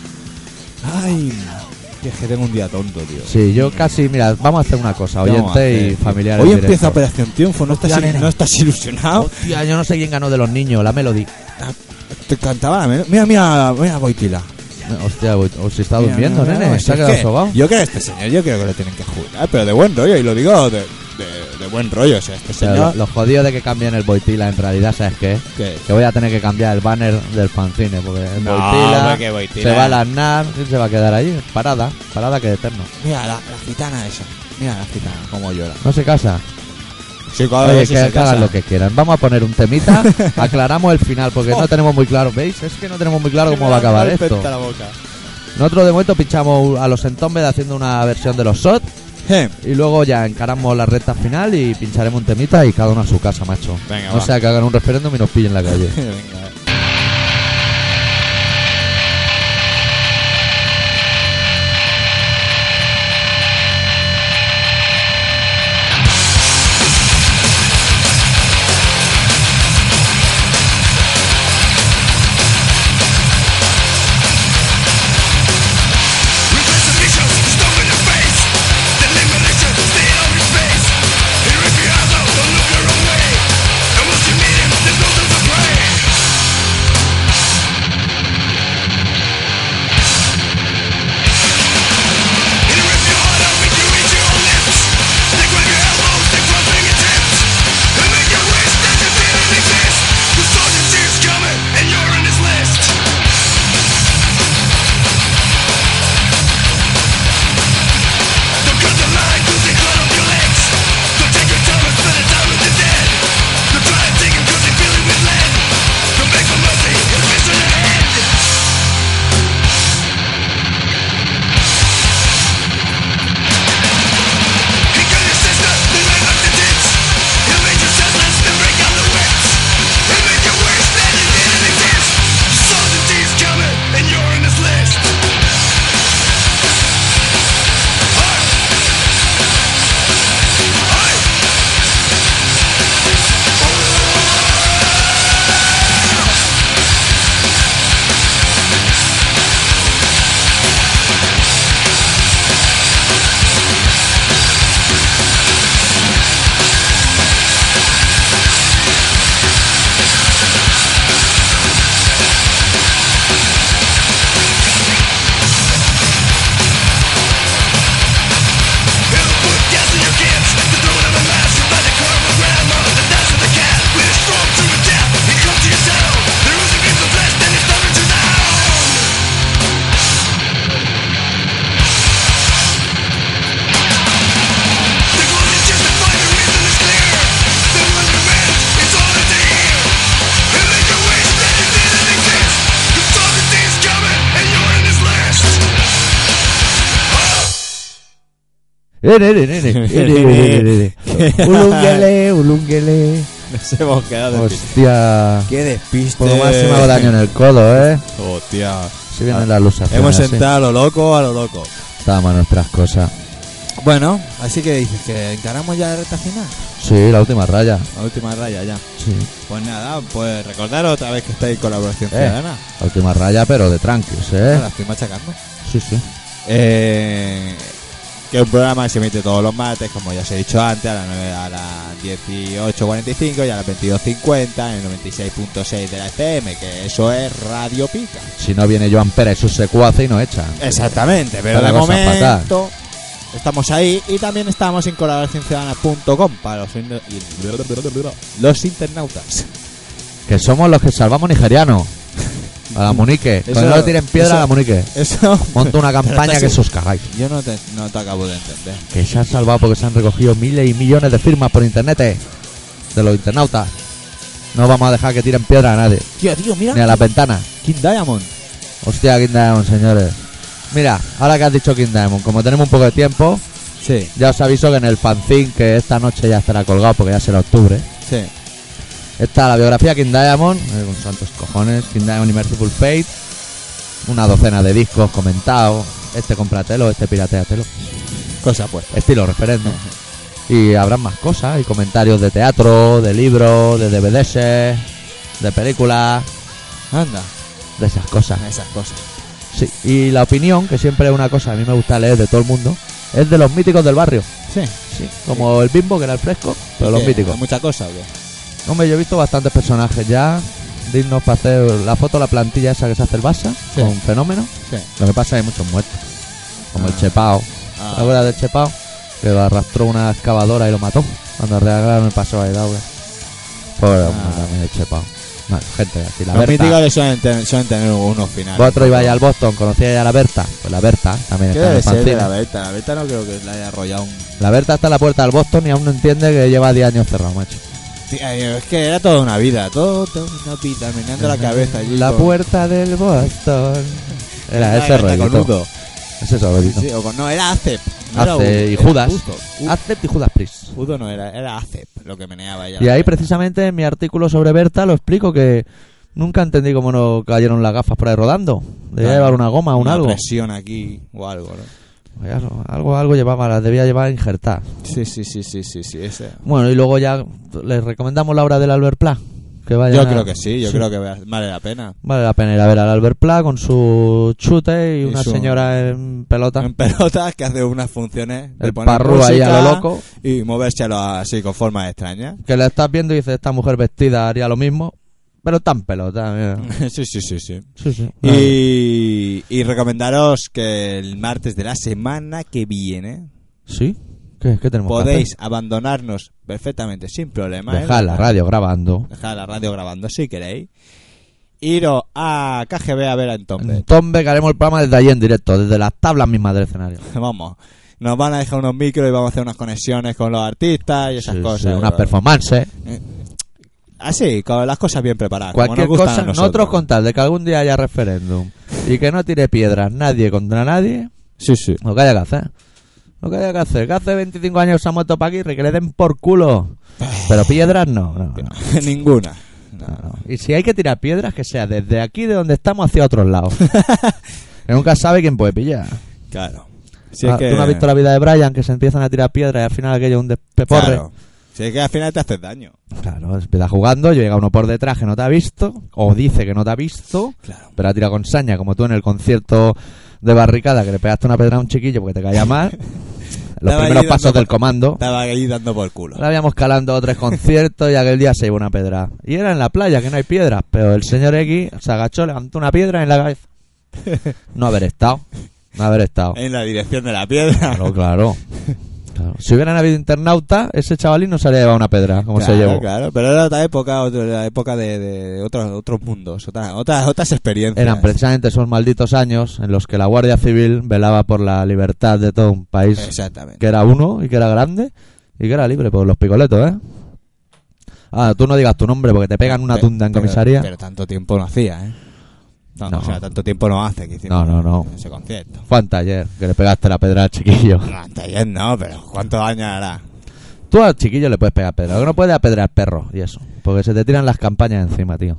Ay, es que tengo un día tonto, tío. Sí, yo casi... Mira, vamos a hacer una cosa, ¿Qué vamos a oyente hacer, y tío? familiares Hoy directos. empieza Operación Triunfo, Hostia, nene. ¿no estás ilusionado? Hostia, yo no sé quién ganó de los niños, la Melody. Te cantaba la mira, Boitila. Hostia, o si está Mira, durmiendo, mira, nene. mira, Se si ha es quedado que sobao. Yo creo que este señor, yo creo que lo tienen que jubilar, pero de buen rollo, y lo digo de buen rollo, o sea, este O sea, señor... lo jodido de que cambien el Boitila en realidad, ¿sabes qué? ¿Qué? Que voy a tener que cambiar el banner del fanzine, porque el No, Boitila, hombre, que Boitila. se va a las NAR y se va a quedar ahí, parada que eterno. Mira, la gitana esa. Mira la gitana, cómo llora. No se casa. Sí, claro, Oye, sí que se hagan casa. lo que quieran. Vamos a poner un temita, aclaramos el final, porque no tenemos muy claro, ¿veis? Es que no tenemos muy claro cómo va a acabar esto. La boca. Nosotros de momento pinchamos a los Entombed haciendo una versión de los SOT y luego ya encaramos la recta final y pincharemos un temita y cada uno a su casa, macho. Venga, no va. sea que hagan un referéndum y nos pillen en la calle. Venga. Ulunguele. Nos hemos quedado de Hostia. ¡Qué despiste! Por lo más me hago daño en el codo, Hostia. Si vienen las luces. Hemos entrado a lo loco. Estábamos en nuestras cosas. Bueno, así que dices que encaramos ya la recta final. Sí, la última raya. La última raya ya. Sí. Pues nada, pues recordaros otra vez que estáis en Colaboración Ciudadana. La última raya, pero de tranquis, La estoy machacando. Sí, sí. Que es un programa que se emite todos los martes, como ya os he dicho antes, a las 9, a las 18:45 y a las 22:50 en el 96.6 de la FM, que eso es Radio Pica. Si no viene Joan Pérez y sus secuaces y nos echan. Exactamente, pero Está de la cosa momento estamos ahí y también estamos en colaboracionciudadana.com para los internautas. Que somos los que salvamos nigerianos. A la Munique. Eso- Cuando no tiren piedra eso- a la Munique. Eso Monto una campaña Pero que está os cagáis. yo no te acabo de entender. Que se han salvado porque se han recogido miles y millones de firmas por internet de los internautas. No vamos a dejar que tiren piedra a nadie. Tío, mira. Ni a las ventanas. King Diamond. Hostia, King Diamond, señores. Mira, ahora que has dicho King Diamond, como tenemos un poco de tiempo, Sí, ya os aviso que en el fanzine, que esta noche ya estará colgado porque ya será octubre, sí. está la biografía King Diamond, con santos cojones, King Diamond y Merciful Fate, una docena de discos comentados, cómpratelo, pirateatelo, Cosa pues. estilo referéndum. Y habrá más cosas, y comentarios de teatro, de libros, de DVDs, de películas, Anda, de esas cosas. esas cosas. Sí, y la opinión, que siempre es una cosa que a mí me gusta leer de todo el mundo, es de los míticos del barrio. Sí. Sí, como el Bimbo, que era el fresco, pero los ¿Qué? míticos. ¿Hay mucha cosa o qué? Hombre, yo he visto bastantes personajes ya dignos para hacer la foto, la plantilla esa que se hace el Barça, Sí. con Fenómeno. Sí. Lo que pasa es que hay muchos muertos, como el Ah. Chepao. Ah. ¿Te acuerdas del Chepao? Que lo arrastró una excavadora y lo mató cuando arreglaron el paso de Daura. Pobre hombre, también el Chepao. No, gente así, la Los Berta. míticos que suelen tener unos finales. Vosotros ibais al Boston, conocíais a la Berta. Pues la Berta también ¿Qué está en debe el ser de fanzine. la Berta? La Berta no creo que la haya arrollado un... La Berta está en la puerta del Boston y aún no entiende que lleva 10 años cerrado, macho. Tía, es que era toda una vida, toda una vida, meneando la cabeza allí. La con- puerta del Boston. Era Una ese garganta con rollito. nudo. Ese rollito. Sí, no, era Acep. No era Acep Udo, y era Judas. Udo. Accept y Judas Priest. Udo no era Acep lo que meneaba ella. Y ahí precisamente en mi artículo sobre Berta lo explico que nunca entendí cómo no cayeron las gafas por ahí rodando. Debía llevar una goma o un algo. presión aquí o algo, ¿no? Algo llevaba, las debía llevar injertadas. Sí, ese. Bueno, y luego ya les recomendamos la obra del Albert Pla. Que vayan Yo a- creo que sí, yo Sí. creo que vale la pena. Vale la pena ir a ver al Albert Pla con su chute y una su- señora en pelota. En pelotas que hace unas funciones de El poner parrú ahí a música lo loco. y moverse así con formas extrañas. Que la estás viendo y dices, esta mujer vestida haría lo mismo, pero está en pelota. Mira. Sí. Sí, sí. Y recomendaros que el martes de la semana que viene ¿Sí? ¿Qué tenemos que podéis abandonarnos perfectamente sin problema. hacer? Dejar la radio grabando. Dejar la radio grabando si queréis. Iros a KGB a ver a Entombe. En Tombe que haremos el programa desde allí en directo, desde las tablas mismas del escenario. Vamos. Nos van a dejar unos micros y vamos a hacer unas conexiones con los artistas y esas Sí, cosas. sí, unas performances. Así, con las cosas bien preparadas. Cualquier como nos gustan cosa, a nosotros. nosotros con tal de que algún día haya referéndum y que no tire piedras nadie contra nadie, Sí. lo que haya que hacer. Lo que haya que hacer. Que hace 25 años se ha muerto Paquirri, que le den por culo. Pero piedras no. Ninguna. No. Y si hay que tirar piedras, que sea desde aquí, de donde estamos, hacia otros lados. Que nunca sabe quién puede pillar. Claro. Si es que... ¿Tú no has visto la vida de Brian, que se empiezan a tirar piedras y al final aquello es un despeporre? Claro. Si es que al final te haces daño. Claro, empieza jugando, llega uno por detrás que no te ha visto, o dice que no te ha visto, Claro. pero ha tirado con saña, como tú en el concierto de Barricada, que le pegaste una pedra a un chiquillo porque te caía mal. Los Estaba primeros ahí pasos dando del comando. Estaba ahí dando por culo. Ahora habíamos calando 3 conciertos y aquel día se llevó una pedra. Y era en la playa, que no hay piedras, pero el señor X se agachó, levantó una piedra en la cabeza. No haber estado. En la dirección de la piedra. Claro. Si hubieran habido internautas, ese chavalín no se habría llevado una pedra, como se llevó. Claro, pero era otra época, la época de otros mundos, otras experiencias. Eran precisamente esos malditos años en los que la Guardia Civil velaba por la libertad de todo un país Exactamente. que era uno y que era grande y que era libre por los picoletos, ¿eh? Tú no digas tu nombre porque te pegan una tunda en comisaría. Pero tanto tiempo no hacía, ¿eh? No. O sea, tanto tiempo no hace que hicimos No. ese concierto. Fue anteayer que le pegaste la pedra al chiquillo. No, anteayer no, pero ¿cuántos años hará? Tú al chiquillo le puedes pegar pedra. Lo que no puedes apedrear perros y eso. Porque se te tiran las campañas encima, tío.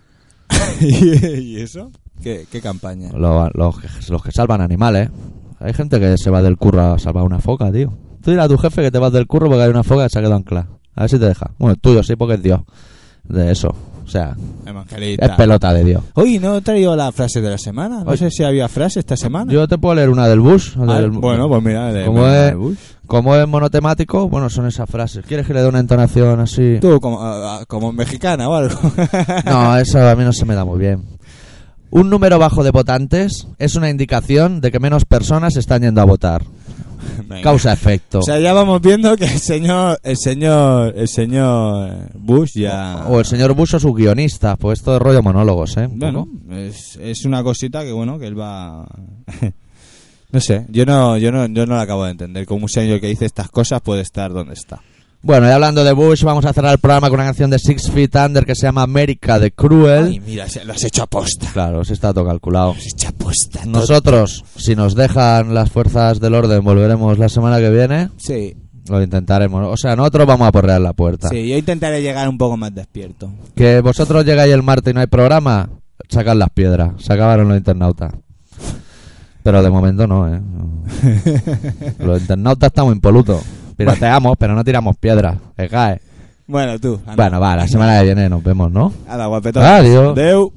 ¿Y eso? ¿Qué campaña? Los que salvan animales. Hay gente que se va del curro a salvar una foca, tío. Tú dile a tu jefe que te vas del curro porque hay una foca que se ha quedado anclada. A ver si te deja. Bueno, el tuyo sí, porque es Dios. De eso. O sea, Evangelista. es pelota de Dios. Oye, no he traído la frase de la semana. No Oye. sé si había frase esta semana. Yo te puedo leer una del Bush. Bueno, pues mira, Como es monotemático, bueno, son esas frases. ¿Quieres que le dé una entonación así? Tú, como mexicana o algo. No, eso a mí no se me da muy bien. Un número bajo de votantes es una indicación de que menos personas están yendo a votar. Venga. Causa-efecto. O sea, ya vamos viendo que el señor Bush ya... O el señor Bush o sus guionistas, pues esto es rollo monólogos, ¿eh? Un Bueno, poco. es una cosita que bueno, que él va... No sé, yo no lo acabo de entender. Como un señor que dice estas cosas puede estar donde está. Bueno, y hablando de Bush, vamos a cerrar el programa con una canción de Six Feet Under que se llama America the Cruel. Ay, mira, lo has hecho aposta. Claro, se está todo calculado. Lo has hecho aposta. Nosotros, si nos dejan las fuerzas del orden, volveremos la semana que viene. Sí, Lo intentaremos. O sea, nosotros vamos a porrear la puerta. sí, yo intentaré llegar un poco más despierto. Que vosotros llegáis el martes y no hay programa, sacad las piedras. Se acabaron los internautas. Pero de momento no, ¿eh? No. Los internautas estamos impolutos. Pirateamos, pero no tiramos piedras. Se cae. Bueno, tú. anda. Bueno, va, la semana que viene nos vemos, ¿no? Hala, guapetón. Adiós. Deu.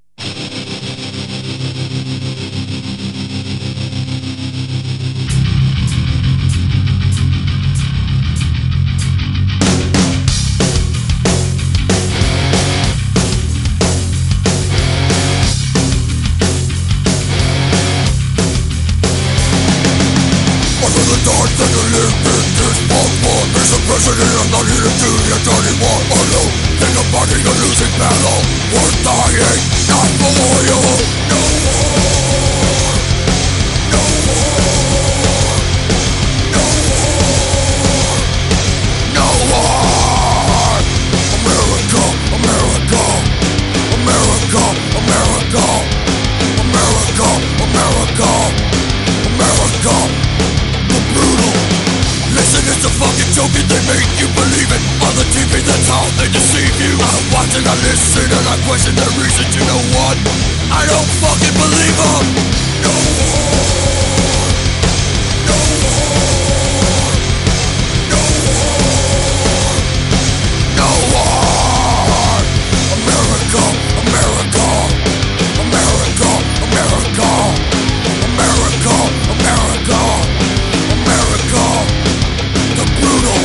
Joking, they make you believe it. On the TV, that's how they deceive you. I watch and I listen and I question their reason. You know what? I don't fucking believe them. No war. No war. No war. No war. America, America, America, America, America, America, America. The brutal.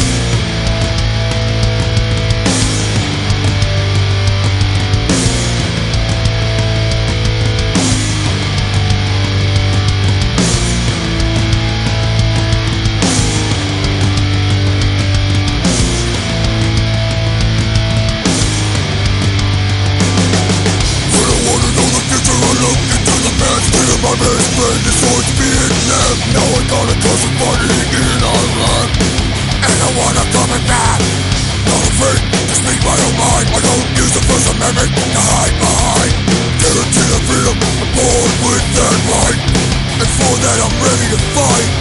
My best friend is going to Vietnam. Now I gotta go some partying in Iran. And I wanna come back. Not afraid to speak my own mind. I don't use the First Amendment to hide behind. Guarantee of freedom, I'm born with that right. And for that I'm ready to fight.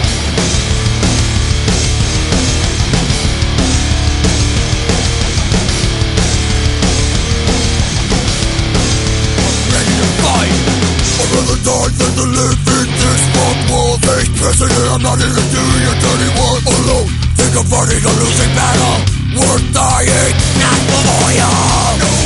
I'm ready to fight. I'd rather die than to live in this fuck world. Face president, I'm not here to do your dirty work alone. Think of fighting a losing battle. Worth dying, not for you.